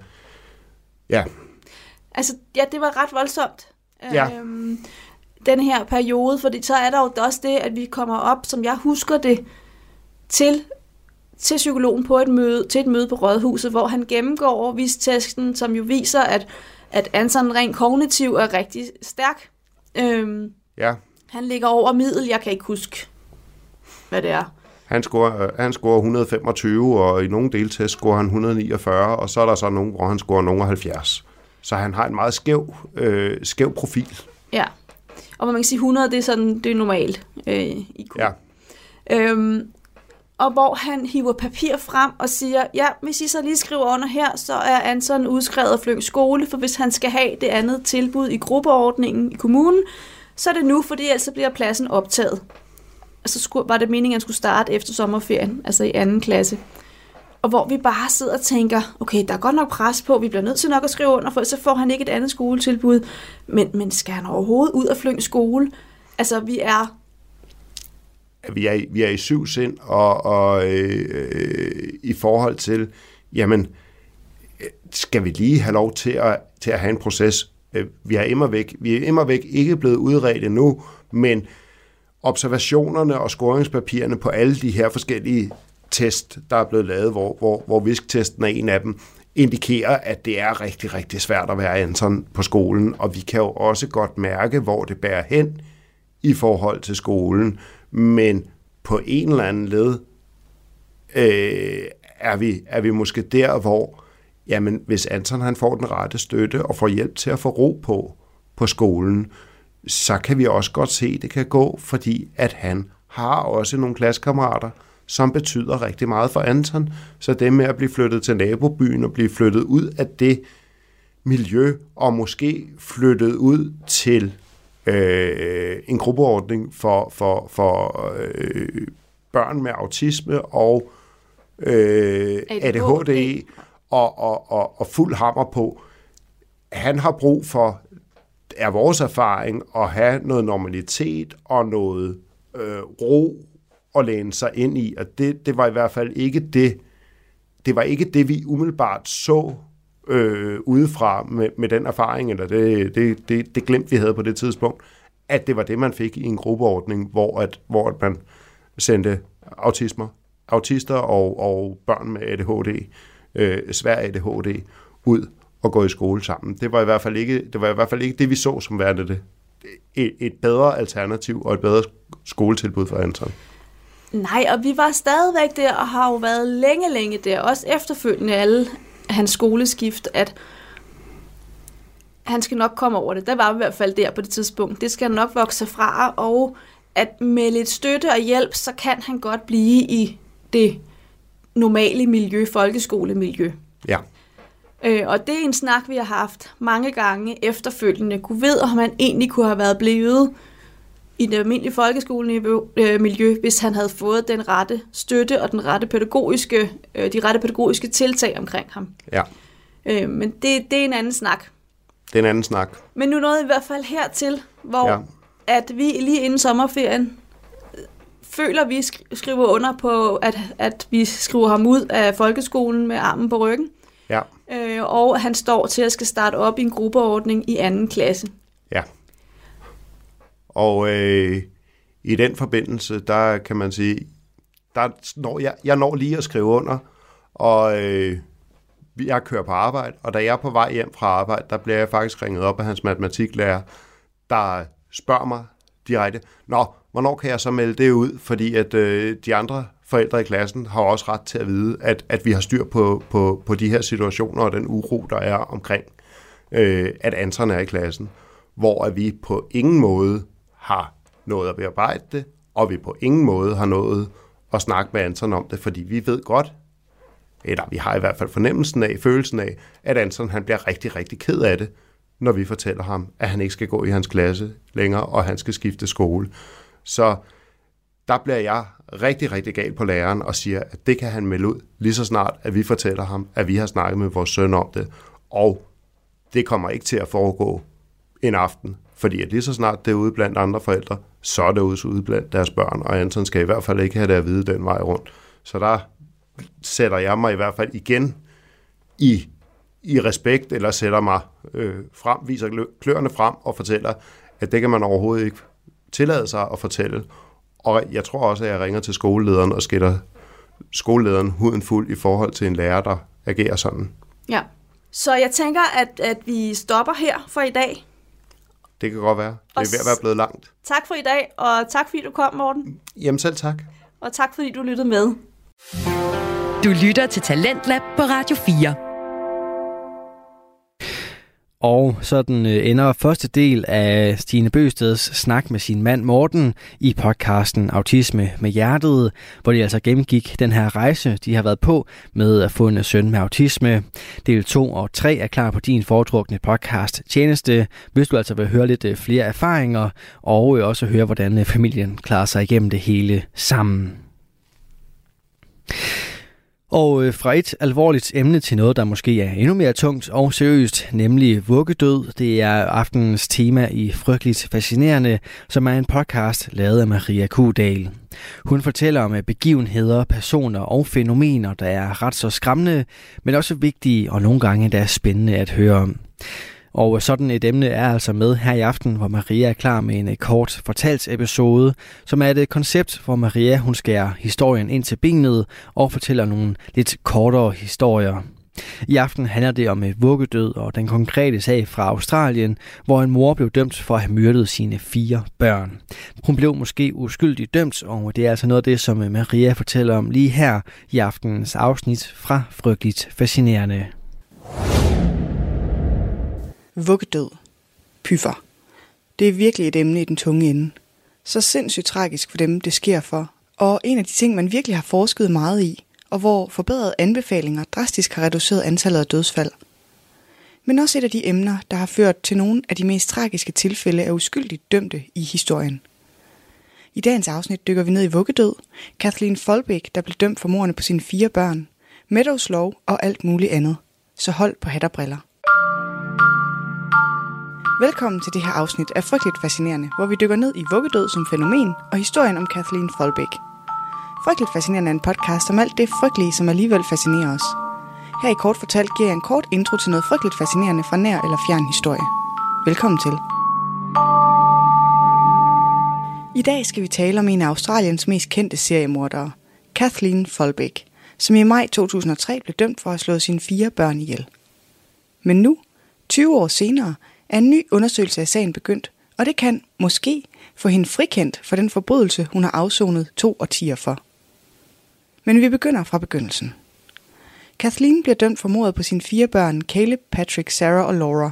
ja. Altså, ja, det var ret voldsomt. Ja. Øhm, den her periode, fordi så er der jo også det, at vi kommer op, som jeg husker det, til, til psykologen på et møde, til et møde på Rådhuset, hvor han gennemgår overvistesten, som jo viser, at, at Anton rent kognitiv er rigtig stærk. Øhm, ja. Han ligger over middel, jeg kan ikke huske, hvad det er. Han scorer, han scorer et hundrede og femogtyve, og i nogle deltest scorer han et hundrede og niogfyrre, og så er der så nogle, hvor han scorer nogle og halvfjerds. Så han har en meget skæv, øh, skæv profil. Ja, og man kan sige hundrede, det er sådan, det er normalt øh, I Q. Ja. Øhm, og hvor han hiver papir frem og siger, ja, hvis I så lige skriver under her, så er Anton udskrevet af Flyng skole, for hvis han skal have det andet tilbud i gruppeordningen i kommunen, så er det nu, fordi ellers bliver pladsen optaget. Og så skulle, var det meningen, at han skulle starte efter sommerferien, altså i anden klasse. Og hvor vi bare sidder og tænker, okay, der er godt nok pres på, vi bliver nødt til nok at skrive under, for så får han ikke et andet skoletilbud. Men, men skal han overhovedet ud af Flyng skole? Altså, vi er... Vi er, vi er i syv sind, og, og øh, i forhold til, jamen, skal vi lige have lov til at, til at have en proces? Vi er immervæk, vi er immervæk ikke blevet udredt endnu, men observationerne og scoringspapirerne på alle de her forskellige test, der er blevet lavet, hvor, hvor, hvor visktesten er en af dem, indikerer, at det er rigtig, rigtig svært at være Anton på skolen, og vi kan jo også godt mærke, hvor det bærer hen i forhold til skolen, men på en eller anden led øh, er, vi, er vi måske der, hvor jamen, hvis Anton han får den rette støtte og får hjælp til at få ro på på skolen, så kan vi også godt se, at det kan gå, fordi at han har også nogle klassekammerater, som betyder rigtig meget for Anton. Så det med at blive flyttet til nabobyen og blive flyttet ud af det miljø, og måske flyttet ud til øh, en gruppeordning for, for, for øh, børn med autisme og øh, A D H D, og, og, og, og fuld hammer på. Han har brug for, er vores erfaring, at have noget normalitet og noget øh, ro at læne sig ind i, og det, det var i hvert fald ikke det, det var ikke det, vi umiddelbart så øh, udefra med, med den erfaring, eller det, det, det, det glemt, vi havde på det tidspunkt, at det var det, man fik i en gruppeordning, hvor, at, hvor at man sendte autismer, autister og, og børn med A D H D, øh, svær A D H D, ud og gå i skole sammen. Det var i hvert fald ikke det, var i hvert fald ikke det vi så som værende det. Et, et bedre alternativ og et bedre skoletilbud for Anton. Nej, og vi var stadigvæk der, og har jo været længe, længe der, også efterfølgende alle hans skoleskift, at han skal nok komme over det. Der var vi i hvert fald der på det tidspunkt. Det skal nok vokse fra, og at med lidt støtte og hjælp, så kan han godt blive i det normale miljø, folkeskolemiljø. Ja. Øh, og det er en snak, vi har haft mange gange efterfølgende. Kunne ved, om han egentlig kunne have været blevet i det almindelige folkeskolemiljø, hvis han havde fået den rette støtte og den rette pædagogiske, øh, de rette pædagogiske tiltag omkring ham. Ja. Øh, men det, det er en anden snak. Det er en anden snak. Men nu nåede i hvert fald hertil, hvor ja. at vi lige inden sommerferien føler, vi skriver under på, at, at vi skriver ham ud af folkeskolen med armen på ryggen. Ja. Øh, og han står til at skal starte op i en gruppeordning i anden klasse. Ja. Og øh, i den forbindelse, der kan man sige, der når jeg, jeg når lige at skrive under, og øh, jeg kører på arbejde, og da jeg er på vej hjem fra arbejde, der bliver jeg faktisk ringet op af hans matematiklærer, der spørger mig direkte, nå, hvornår kan jeg så melde det ud? Fordi at øh, de andre forældre i klassen har også ret til at vide, at, at vi har styr på, på, på de her situationer og den uro, der er omkring, øh, at Anton er i klassen, hvor at vi på ingen måde har nået at bearbejde det, og vi på ingen måde har nået at snakke med Anton om det, fordi vi ved godt, eller vi har i hvert fald fornemmelsen af, følelsen af, at Anton han bliver rigtig, rigtig ked af det, når vi fortæller ham, at han ikke skal gå i hans klasse længere, og han skal skifte skole. Så der bliver jeg rigtig, rigtig gal på læreren og siger, at det kan han melde ud lige så snart, at vi fortæller ham, at vi har snakket med vores søn om det, og det kommer ikke til at foregå en aften, fordi at lige så snart det er ude blandt andre forældre, så er det ude blandt deres børn, og Anton skal i hvert fald ikke have det at vide den vej rundt. Så der sætter jeg mig i hvert fald igen i, i respekt, eller sætter mig øh, frem, viser kløerne frem og fortæller, at det kan man overhovedet ikke tillade sig at fortælle. Og jeg tror også, at jeg ringer til skolelederen og skætter skolelederen huden fuld i forhold til en lærer, der agerer sådan. Ja, så jeg tænker, at, at vi stopper her for i dag. Det kan godt være. Det er ved at være blevet langt. Tak for i dag, og tak fordi du kom, Morten. Jamen selv tak. Og tak fordi du lyttede med. Du lytter til Talentlab på Radio fire. Og sådan ender første del af Stine Bøgsteds snak med sin mand Morten i podcasten Autisme med Hjertet, hvor de altså gennemgik den her rejse, de har været på med at få en søn med autisme. Del to og tre er klar på din foretrukne podcast tjeneste, hvis du altså vil høre lidt flere erfaringer og også høre, hvordan familien klarer sig igennem det hele sammen. Og fra et alvorligt emne til noget, der måske er endnu mere tungt og seriøst, nemlig vuggedød. Det er aftenens tema i Frygteligt Fascinerende, som er en podcast lavet af Maria Kudal. Hun fortæller om begivenheder, personer og fænomener, der er ret så skræmmende, men også vigtige og nogle gange der er spændende at høre om. Og sådan et emne er altså med her i aften, hvor Maria er klar med en kort fortalsepisode, som er et koncept, hvor Maria hun skærer historien ind til benet og fortæller nogle lidt kortere historier. I aften handler det om vuggedød og den konkrete sag fra Australien, hvor en mor blev dømt for at have myrdet sine fire børn. Hun blev måske uskyldigt dømt, og det er altså noget af det, som Maria fortæller om lige her i aftenens afsnit fra Frygteligt Fascinerende. Vuggedød. Pyffer. Det er virkelig et emne i den tunge ende. Så sindssygt tragisk for dem, det sker for. Og en af de ting, man virkelig har forsket meget i, og hvor forbedrede anbefalinger drastisk har reduceret antallet af dødsfald. men også et af de emner, der har ført til nogle af de mest tragiske tilfælde af uskyldigt dømte i historien. I dagens afsnit dykker vi ned i vuggedød, Kathleen Folbig, der blev dømt for mordene på sine fire børn, Meadows lov og alt muligt andet. Så hold på hat og briller. Velkommen til det her afsnit af Frygteligt Fascinerende, hvor vi dykker ned i vuggedød som fænomen og historien om Kathleen Folbig. Frygteligt Fascinerende er en podcast om alt det frygtelige, som alligevel fascinerer os. Her i Kort Fortalt giver jeg en kort intro til noget frygteligt fascinerende fra nær eller fjern historie. Velkommen til. I dag skal vi tale om en af Australiens mest kendte seriemordere, Kathleen Folbig, som i maj to tusind og tre blev dømt for at have slået sine fire børn ihjel. Men nu, tyve år senere, er en ny undersøgelse af sagen begyndt, og det kan, måske, få hende frikendt for den forbrydelse, hun har afsonet to årtier for. Men vi begynder fra begyndelsen. Kathleen bliver dømt for mordet på sine fire børn, Caleb, Patrick, Sarah og Laura.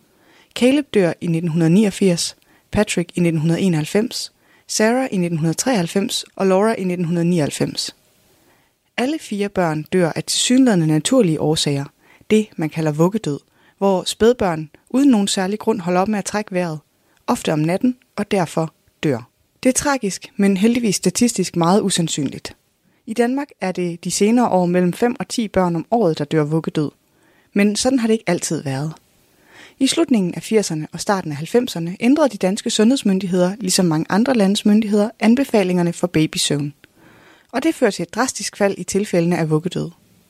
Caleb dør i nitten niogfirs, Patrick i nitten enoghalvfems, Sarah i nitten treoghalvfems og Laura i nitten nioghalvfems. Alle fire børn dør af tilsyneladende naturlige årsager, det man kalder vuggedød, hvor spædbørn uden nogen særlig grund holder op med at trække vejret, ofte om natten og derfor dør. Det er tragisk, men heldigvis statistisk meget usandsynligt. I Danmark er det de senere år mellem fem og ti børn om året, der dør vuggedød. Men sådan har det ikke altid været. I slutningen af firserne og starten af halvfemserne ændrede de danske sundhedsmyndigheder, ligesom mange andre landes myndigheder, anbefalingerne for babysøvn. Og det fører til et drastisk fald i tilfældene af vuggedød.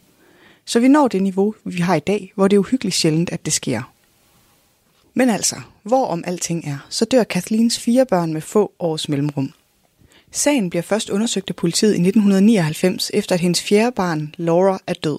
Så vi når det niveau, vi har i dag, hvor det er uhyggeligt sjældent, at det sker. Men altså, hvor om alting er, så dør Kathleens fire børn med få års mellemrum. Sagen bliver først undersøgt af politiet i nitten nioghalvfems, efter at hendes fjerde barn, Laura, er død.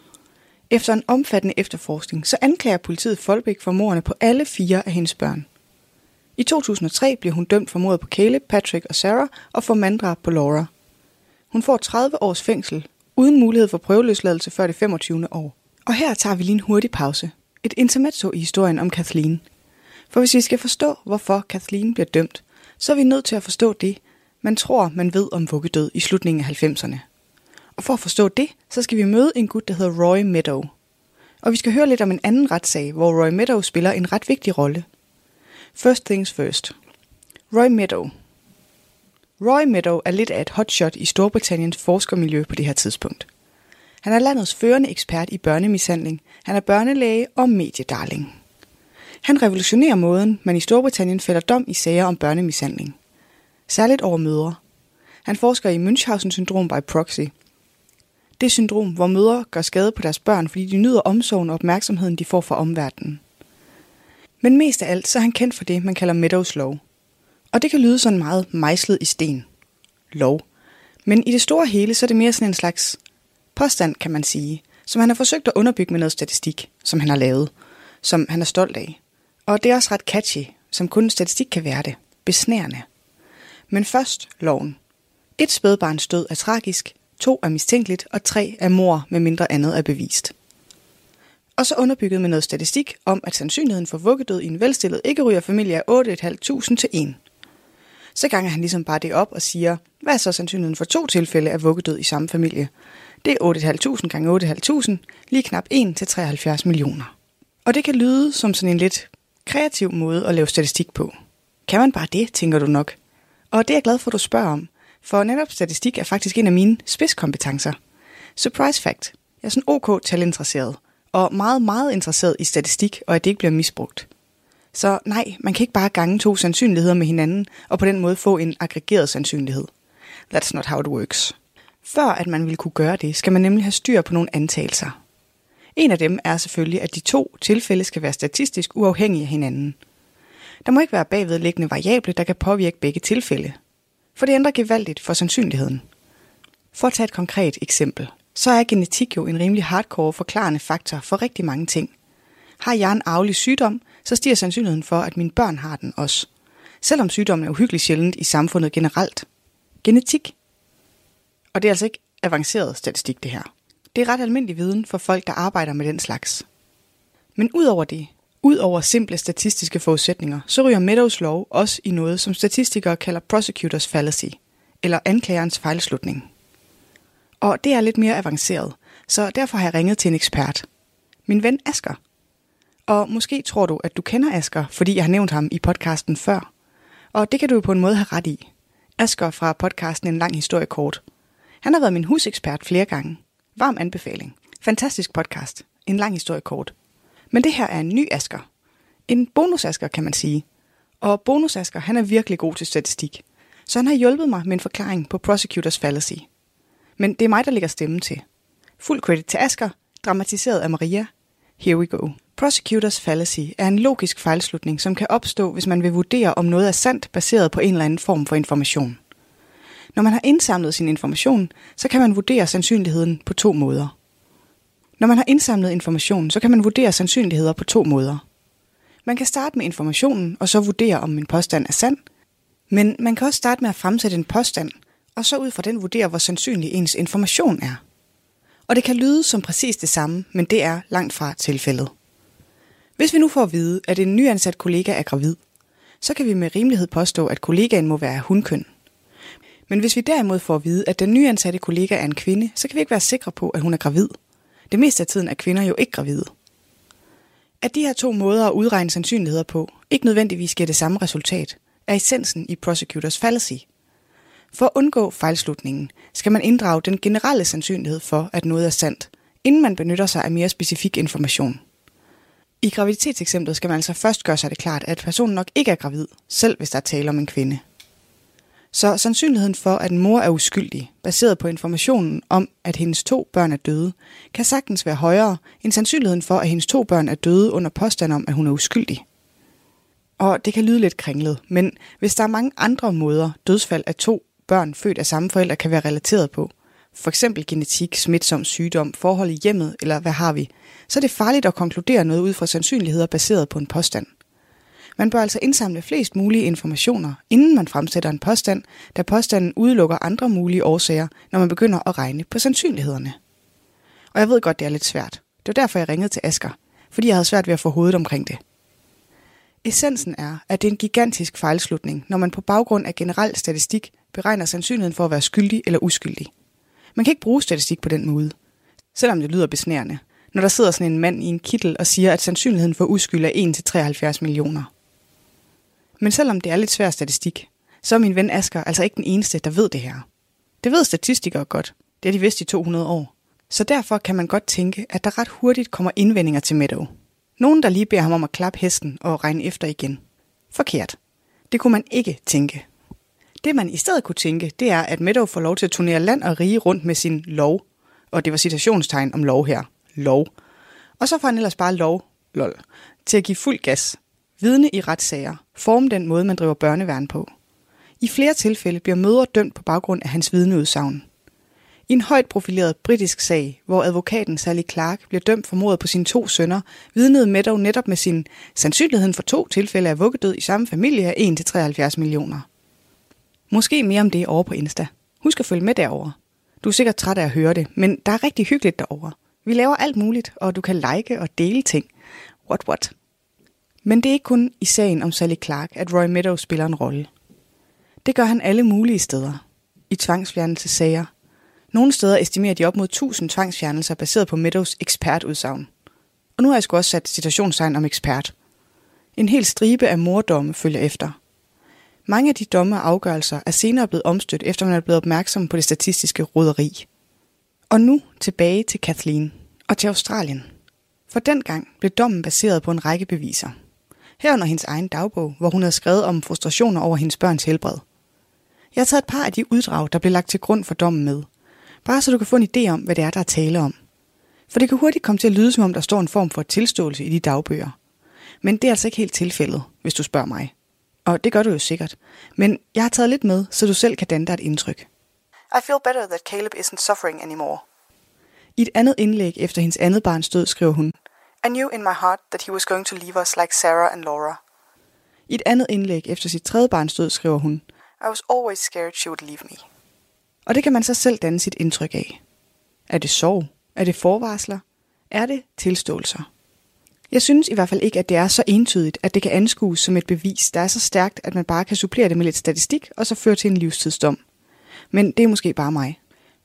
Efter en omfattende efterforskning, så anklager politiet Folbig for mordene på alle fire af hendes børn. I to tusind og tre bliver hun dømt for mordet på Caleb, Patrick og Sarah og for manddrab på Laura. Hun får tredive års fængsel, uden mulighed for prøveløsladelse før det femogtyvende år. Og her tager vi lige en hurtig pause. Et intermezzo i historien om Kathleen. For hvis vi skal forstå, hvorfor Kathleen bliver dømt, så er vi nødt til at forstå det, man tror, man ved om vuggedød i slutningen af halvfemserne. Og for at forstå det, så skal vi møde en gut, der hedder Roy Meadow. Og vi skal høre lidt om en anden retssag, hvor Roy Meadow spiller en ret vigtig rolle. First things first. Roy Meadow. Roy Meadow er lidt af et hotshot i Storbritanniens forskermiljø på det her tidspunkt. Han er landets førende ekspert i børnemishandling, han er børnelæge og mediedarling. Han revolutionerer måden, man i Storbritannien fælder dom i sager om børnemishandling. Særligt over mødre. Han forsker i Münchhausen-syndrom by proxy. Det syndrom, hvor mødre gør skade på deres børn, fordi de nyder omsorgen og opmærksomheden, de får fra omverdenen. Men mest af alt, så er han kendt for det, man kalder Meadows lov. Og det kan lyde sådan meget mejslet i sten. Lov. Men i det store hele, så er det mere sådan en slags påstand, kan man sige, som han har forsøgt at underbygge med noget statistik, som han har lavet, som han er stolt af. Og det er også ret catchy, som kun statistik kan være det. Besnærende. Men først loven. Et spædbarns død er tragisk, to er mistænkeligt, og tre er mord, med mindre andet er bevist. Og så underbygget med noget statistik om, at sandsynligheden for vuggedød i en velstillet ikke-rygerfamilie er otte tusind fem hundrede til en. Så ganger han ligesom bare det op og siger, hvad er så sandsynligheden for to tilfælde af vuggedød i samme familie? Det er otte tusind fem hundrede gange otte tusind fem hundrede, lige knap en til treoghalvfjerds millioner. Og det kan lyde som sådan en lidt kreativ måde at lave statistik på. Kan man bare det, tænker du nok? Og det er jeg glad for, at du spørger om, for netop statistik er faktisk en af mine spidskompetencer. Surprise fact. Jeg er sådan ok talinteresseret, og meget, meget interesseret i statistik, og at det ikke bliver misbrugt. Så nej, man kan ikke bare gange to sandsynligheder med hinanden, og på den måde få en aggregeret sandsynlighed. That's not how it works. Før at man vil kunne gøre det, skal man nemlig have styr på nogle antagelser. En af dem er selvfølgelig, at de to tilfælde skal være statistisk uafhængige af hinanden. Der må ikke være bagvedliggende variable, der kan påvirke begge tilfælde. For det ændrer gevaldigt for sandsynligheden. For at tage et konkret eksempel, så er genetik jo en rimelig hardcore forklarende faktor for rigtig mange ting. Har jeg en arvelig sygdom, så stiger sandsynligheden for, at mine børn har den også. Selvom sygdommen er uhyggeligt sjældent i samfundet generelt. Genetik. Og det er altså ikke avanceret statistik, det her. Det er ret almindelig viden for folk, der arbejder med den slags. Men ud over det, ud over simple statistiske forudsætninger, så ryger Meadows lov også i noget, som statistikere kalder prosecutors fallacy, eller anklagerens fejlslutning. Og det er lidt mere avanceret, så derfor har jeg ringet til en ekspert. Min ven Asger. Og måske tror du, at du kender Asger, fordi jeg har nævnt ham i podcasten før. Og det kan du jo på en måde have ret i. Asger fra podcasten En lang historie kort. Han har været min husekspert flere gange. Varm anbefaling. Fantastisk podcast. En lang historie kort. Men det her er en ny Asger. En bonus-Asger, kan man sige. Og bonus-Asger, han er virkelig god til statistik. Så han har hjulpet mig med en forklaring på prosecutors fallacy. Men det er mig, der lægger stemmen til. Fuld credit til Asger, dramatiseret af Maria. Here we go. Prosecutors fallacy er en logisk fejlslutning, som kan opstå, hvis man vil vurdere, om noget er sandt, baseret på en eller anden form for information. Når man har indsamlet sin information, så kan man vurdere sandsynligheden på to måder. Når man har indsamlet information, så kan man vurdere sandsynligheder på to måder. Man kan starte med informationen, og så vurdere, om en påstand er sand. Men man kan også starte med at fremsætte en påstand, og så ud fra den vurdere, hvor sandsynlig ens information er. Og det kan lyde som præcis det samme, men det er langt fra tilfældet. Hvis vi nu får at vide, at en nyansat kollega er gravid, så kan vi med rimelighed påstå, at kollegaen må være hunkøn. Men hvis vi derimod får at vide, at den nyansatte kollega er en kvinde, så kan vi ikke være sikre på, at hun er gravid. Det meste af tiden er kvinder jo ikke gravide. At de her to måder at udregne sandsynligheder på ikke nødvendigvis giver det samme resultat, er essensen i prosecutors fallacy. For at undgå fejlslutningen skal man inddrage den generelle sandsynlighed for, at noget er sandt, inden man benytter sig af mere specifik information. I graviditetseksemplet skal man altså først gøre sig det klart, at personen nok ikke er gravid, selv hvis der er tale om en kvinde. Så sandsynligheden for, at en mor er uskyldig, baseret på informationen om, at hendes to børn er døde, kan sagtens være højere end sandsynligheden for, at hendes to børn er døde under påstand om, at hun er uskyldig. Og det kan lyde lidt kringlet, men hvis der er mange andre måder, dødsfald af to børn født af samme forældre kan være relateret på, for eksempel genetik, smitsom sygdom, forhold i hjemmet eller hvad har vi, så er det farligt at konkludere noget ud fra sandsynligheder baseret på en påstand. Man bør altså indsamle flest mulige informationer, inden man fremsætter en påstand, da påstanden udelukker andre mulige årsager, når man begynder at regne på sandsynlighederne. Og jeg ved godt, det er lidt svært. Det var derfor, jeg ringede til Asger, fordi jeg havde svært ved at få hovedet omkring det. Essensen er, at det er en gigantisk fejlslutning, når man på baggrund af generel statistik beregner sandsynligheden for at være skyldig eller uskyldig. Man kan ikke bruge statistik på den måde, selvom det lyder besnærende, når der sidder sådan en mand i en kittel og siger, at sandsynligheden for uskyld er en til treoghalvfjerds millioner. Men selvom det er lidt svær statistik, så er min ven Asger altså ikke den eneste, der ved det her. Det ved statistikere godt. Det har de vidst i to hundrede år. Så derfor kan man godt tænke, at der ret hurtigt kommer indvendinger til Meadow. Nogen, der lige beder ham om at klappe hesten og regne efter igen. Forkert. Det kunne man ikke tænke. Det man i stedet kunne tænke, det er, at Meadow får lov til at turnere land og rige rundt med sin lov. Og det var citationstegn om lov her. Lov. Og så får han ellers bare lov, lol, til at give fuld gas. Vidne i retssager. Forme den måde, man driver børneværn på. I flere tilfælde bliver mødre dømt på baggrund af hans vidneudsagn. I en højt profileret britisk sag, hvor advokaten Sally Clark bliver dømt for mordet på sine to sønner, vidnede Meadow netop med sin sandsynligheden for to tilfælde af vuggedød i samme familie af en til treoghalvfjerds millioner. Måske mere om det over på Insta. Husk at følge med derover. Du er sikkert træt af at høre det, men der er rigtig hyggeligt derover. Vi laver alt muligt, og du kan like og dele ting. What what? Men det er ikke kun i sagen om Sally Clark, at Roy Meadow spiller en rolle. Det gør han alle mulige steder. I tvangsfjernelsessager. Nogle steder estimerer de op mod tusind tvangsfjernelser baseret på Meadows ekspertudsagn. Og nu har jeg sgu også sat citationstegn om ekspert. En hel stribe af morddomme følger efter. Mange af de domme og afgørelser er senere blevet omstødt, efter man er blevet opmærksom på det statistiske roderi. Og nu tilbage til Kathleen og til Australien. For dengang blev dommen baseret på en række beviser. Herunder hendes egen dagbog, hvor hun havde skrevet om frustrationer over hendes børns helbred. Jeg har taget et par af de uddrag, der blev lagt til grund for dommen med. Bare så du kan få en idé om, hvad det er, der er tale om. For det kan hurtigt komme til at lyde, som om der står en form for tilståelse i de dagbøger. Men det er altså ikke helt tilfældet, hvis du spørger mig. Og det gør du jo sikkert. Men jeg har taget lidt med, så du selv kan danne dig et indtryk. I feel better that Caleb isn't suffering anymore. I et andet indlæg efter hendes andet barns død skriver hun, I knew in my heart that he was going to leave us like Sarah and Laura. I et andet indlæg efter sit tredje barns død skriver hun, I was always scared she would leave me. Og det kan man så selv danne sit indtryk af. Er det sorg? Er det forvarsler? Er det tilståelser? Jeg synes i hvert fald ikke, at det er så entydigt, at det kan anskues som et bevis, der er så stærkt, at man bare kan supplere det med lidt statistik, og så føre til en livstidsdom. Men det er måske bare mig.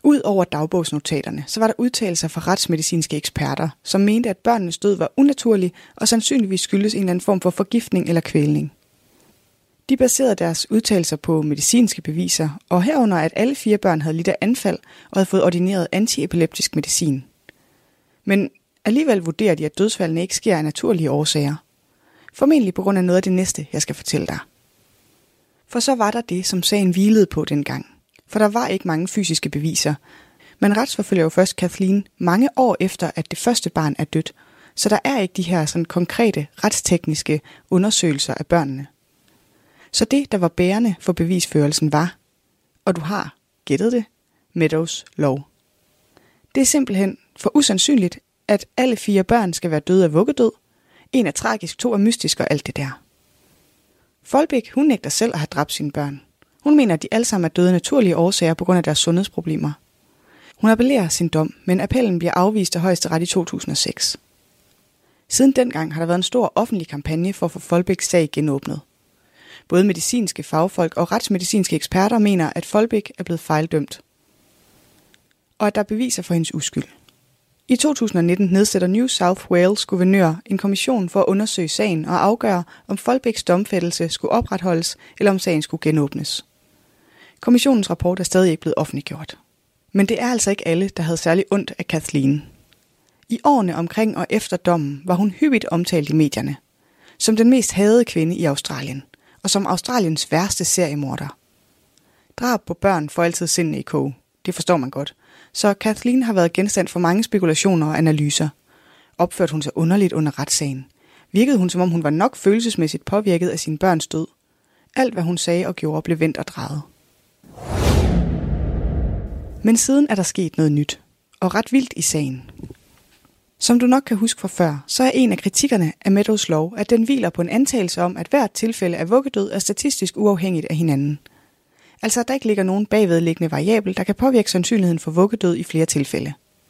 Ud over dagbogsnotaterne, så var der udtalelser fra retsmedicinske eksperter, som mente, at børnenes død var unaturlig og sandsynligvis skyldes en eller anden form for forgiftning eller kvælning. De baserede deres udtalelser på medicinske beviser, og herunder, at alle fire børn havde lidt af anfald og havde fået ordineret antiepileptisk medicin. Men alligevel vurderer de, at dødsfaldene ikke sker af naturlige årsager. Formentlig på grund af noget af det næste, jeg skal fortælle dig. For så var der det, som sagen hvilede på dengang. For der var ikke mange fysiske beviser. Man retsforfølger jo først Kathleen mange år efter, at det første barn er dødt, så der er ikke de her sådan konkrete retstekniske undersøgelser af børnene. Så det, der var bærende for bevisførelsen, var, og du har gættet det, Meadows lov. Det er simpelthen for usandsynligt, at alle fire børn skal være døde af vuggedød. En er tragisk, to er mystisk og alt det der. Folbæk, hun nægter selv at have dræbt sine børn. Hun mener, at de alle sammen er døde af naturlige årsager på grund af deres sundhedsproblemer. Hun appellerer sin dom, men appellen bliver afvist af Højesteret i to tusind og seks. Siden dengang har der været en stor offentlig kampagne for at få Folbæks sag genåbnet. Både medicinske fagfolk og retsmedicinske eksperter mener, at Folbæk er blevet fejldømt, og at der er beviser for hendes uskyld. I to tusind og nitten nedsætter New South Wales guvernør en kommission for at undersøge sagen og afgøre, om Folbæks domfældelse skulle opretholdes, eller om sagen skulle genåbnes. Kommissionens rapport er stadig ikke blevet offentliggjort. Men det er altså ikke alle, der havde særlig ondt af Kathleen. I årene omkring og efter dommen var hun hyppigt omtalt i medierne, som den mest hadede kvinde i Australien, og som Australiens værste seriemorder. Drab på børn får altid sindene i kog. Det forstår man godt. Så Kathleen har været genstand for mange spekulationer og analyser. Opførte hun sig underligt under retssagen? Virkede hun, som om hun var nok følelsesmæssigt påvirket af sine børns død? Alt, hvad hun sagde og gjorde, blev vendt og drejet. Men siden er der sket noget nyt, og ret vildt i sagen. Som du nok kan huske fra før, så er en af kritikkerne af Meadows lov, at den hviler på en antagelse om, at hvert tilfælde af vuggedød er statistisk uafhængigt af hinanden. Altså at der ikke ligger nogen bagvedliggende variabel, der kan påvirke sandsynligheden for vuggedød i flere tilfælde.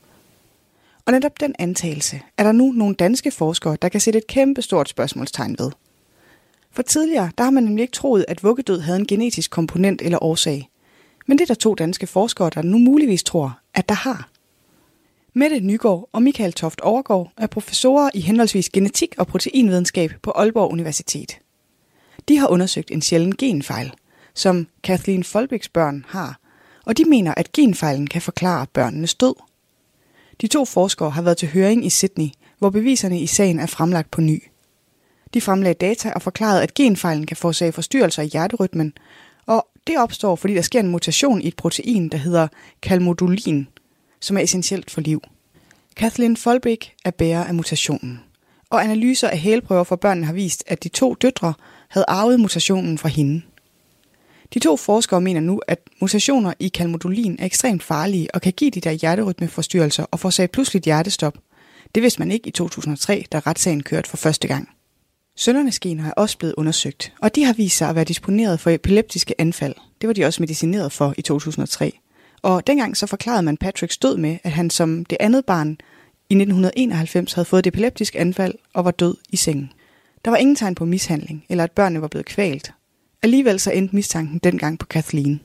Og netop den antagelse er der nu nogle danske forskere, der kan sætte et kæmpe stort spørgsmålstegn ved. For tidligere, der har man nemlig ikke troet, at vuggedød havde en genetisk komponent eller årsag. Men det er der to danske forskere, der nu muligvis tror, at der har. Mette Nygaard og Michael Toft Overgaard er professorer i henholdsvis genetik og proteinvidenskab på Aalborg Universitet. De har undersøgt en sjælden genfejl, som Kathleen Folbæks børn har, og de mener, at genfejlen kan forklare børnenes død. De to forskere har været til høring i Sydney, hvor beviserne i sagen er fremlagt på ny. De fremlagde data og forklarede, at genfejlen kan forårsage forstyrrelser i hjerterytmen, og det opstår, fordi der sker en mutation i et protein, der hedder calmodulin, som er essentielt for liv. Kathleen Folbæk er bærer af mutationen, og analyser af hælprøver for børnene har vist, at de to døtre havde arvet mutationen fra hende. De to forskere mener nu, at mutationer i calmodulin er ekstremt farlige og kan give de der hjerterytmeforstyrrelser og forårsage pludseligt hjertestop. Det vidste man ikke i to tusind og tre, da retssagen kørte for første gang. Sønnernes gener er også blevet undersøgt, og de har vist sig at være disponeret for epileptiske anfald. Det var de også medicineret for i to tusind og tre. Og dengang så forklarede man Patricks død med, at han som det andet barn i nitten enoghalvfems havde fået et epileptisk anfald og var død i sengen. Der var ingen tegn på mishandling, eller at børnene var blevet kvalt. Alligevel så endte mistanken dengang på Kathleen.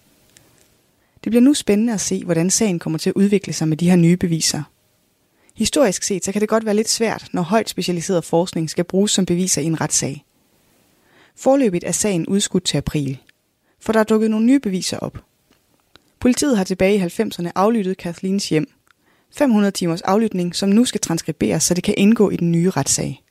Det bliver nu spændende at se, hvordan sagen kommer til at udvikle sig med de her nye beviser. Historisk set så kan det godt være lidt svært, når højt specialiseret forskning skal bruges som beviser i en retssag. Forløbigt er sagen udskudt til april, for der er dukket nogle nye beviser op. Politiet har tilbage i halvfemserne aflyttet Kathleens hjem. fem hundrede timers aflytning, som nu skal transkriberes, så det kan indgå i den nye retssag.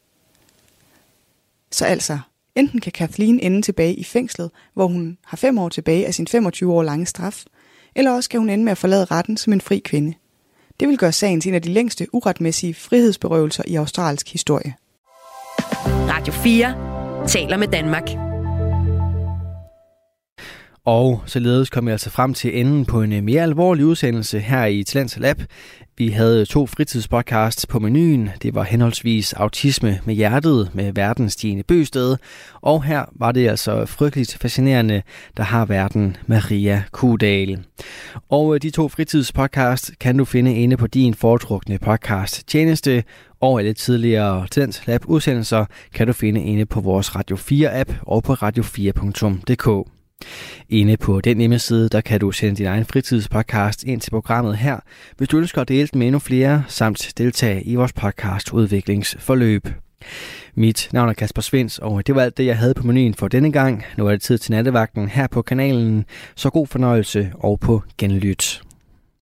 Så altså, enten kan Kathleen ende tilbage i fængslet, hvor hun har fem år tilbage af sin femogtyve år lange straf, eller også kan hun ende med at forlade retten som en fri kvinde. Det vil gøre sagen til en af de længste uretmæssige frihedsberøvelser i australsk historie. Radio fire taler med Danmark. Og således kom jeg altså frem til enden på en mere alvorlig udsendelse her i Talents Lab. Vi havde to fritidspodcasts på menuen. Det var henholdsvis Autisme med hjertet med værten Stine Bøsted. Og her var det altså frygteligt fascinerende, der har verden Maria Kudal. Og de to fritidspodcasts kan du finde inde på din foretrukne podcast tjeneste. Og alle tidligere Talents Lab udsendelser kan du finde inde på vores Radio fire app og på radio fire punktum d k. Inde på den hjemmeside, der kan du sende din egen fritidspodcast ind til programmet her, hvis du ønsker at dele den med endnu flere, samt deltage i vores podcast udviklingsforløb. Mit navn er Kasper Svens, og det var alt det, jeg havde på menuen for denne gang. Nu er det tid til nattevagten her på kanalen, så god fornøjelse og på genlyt.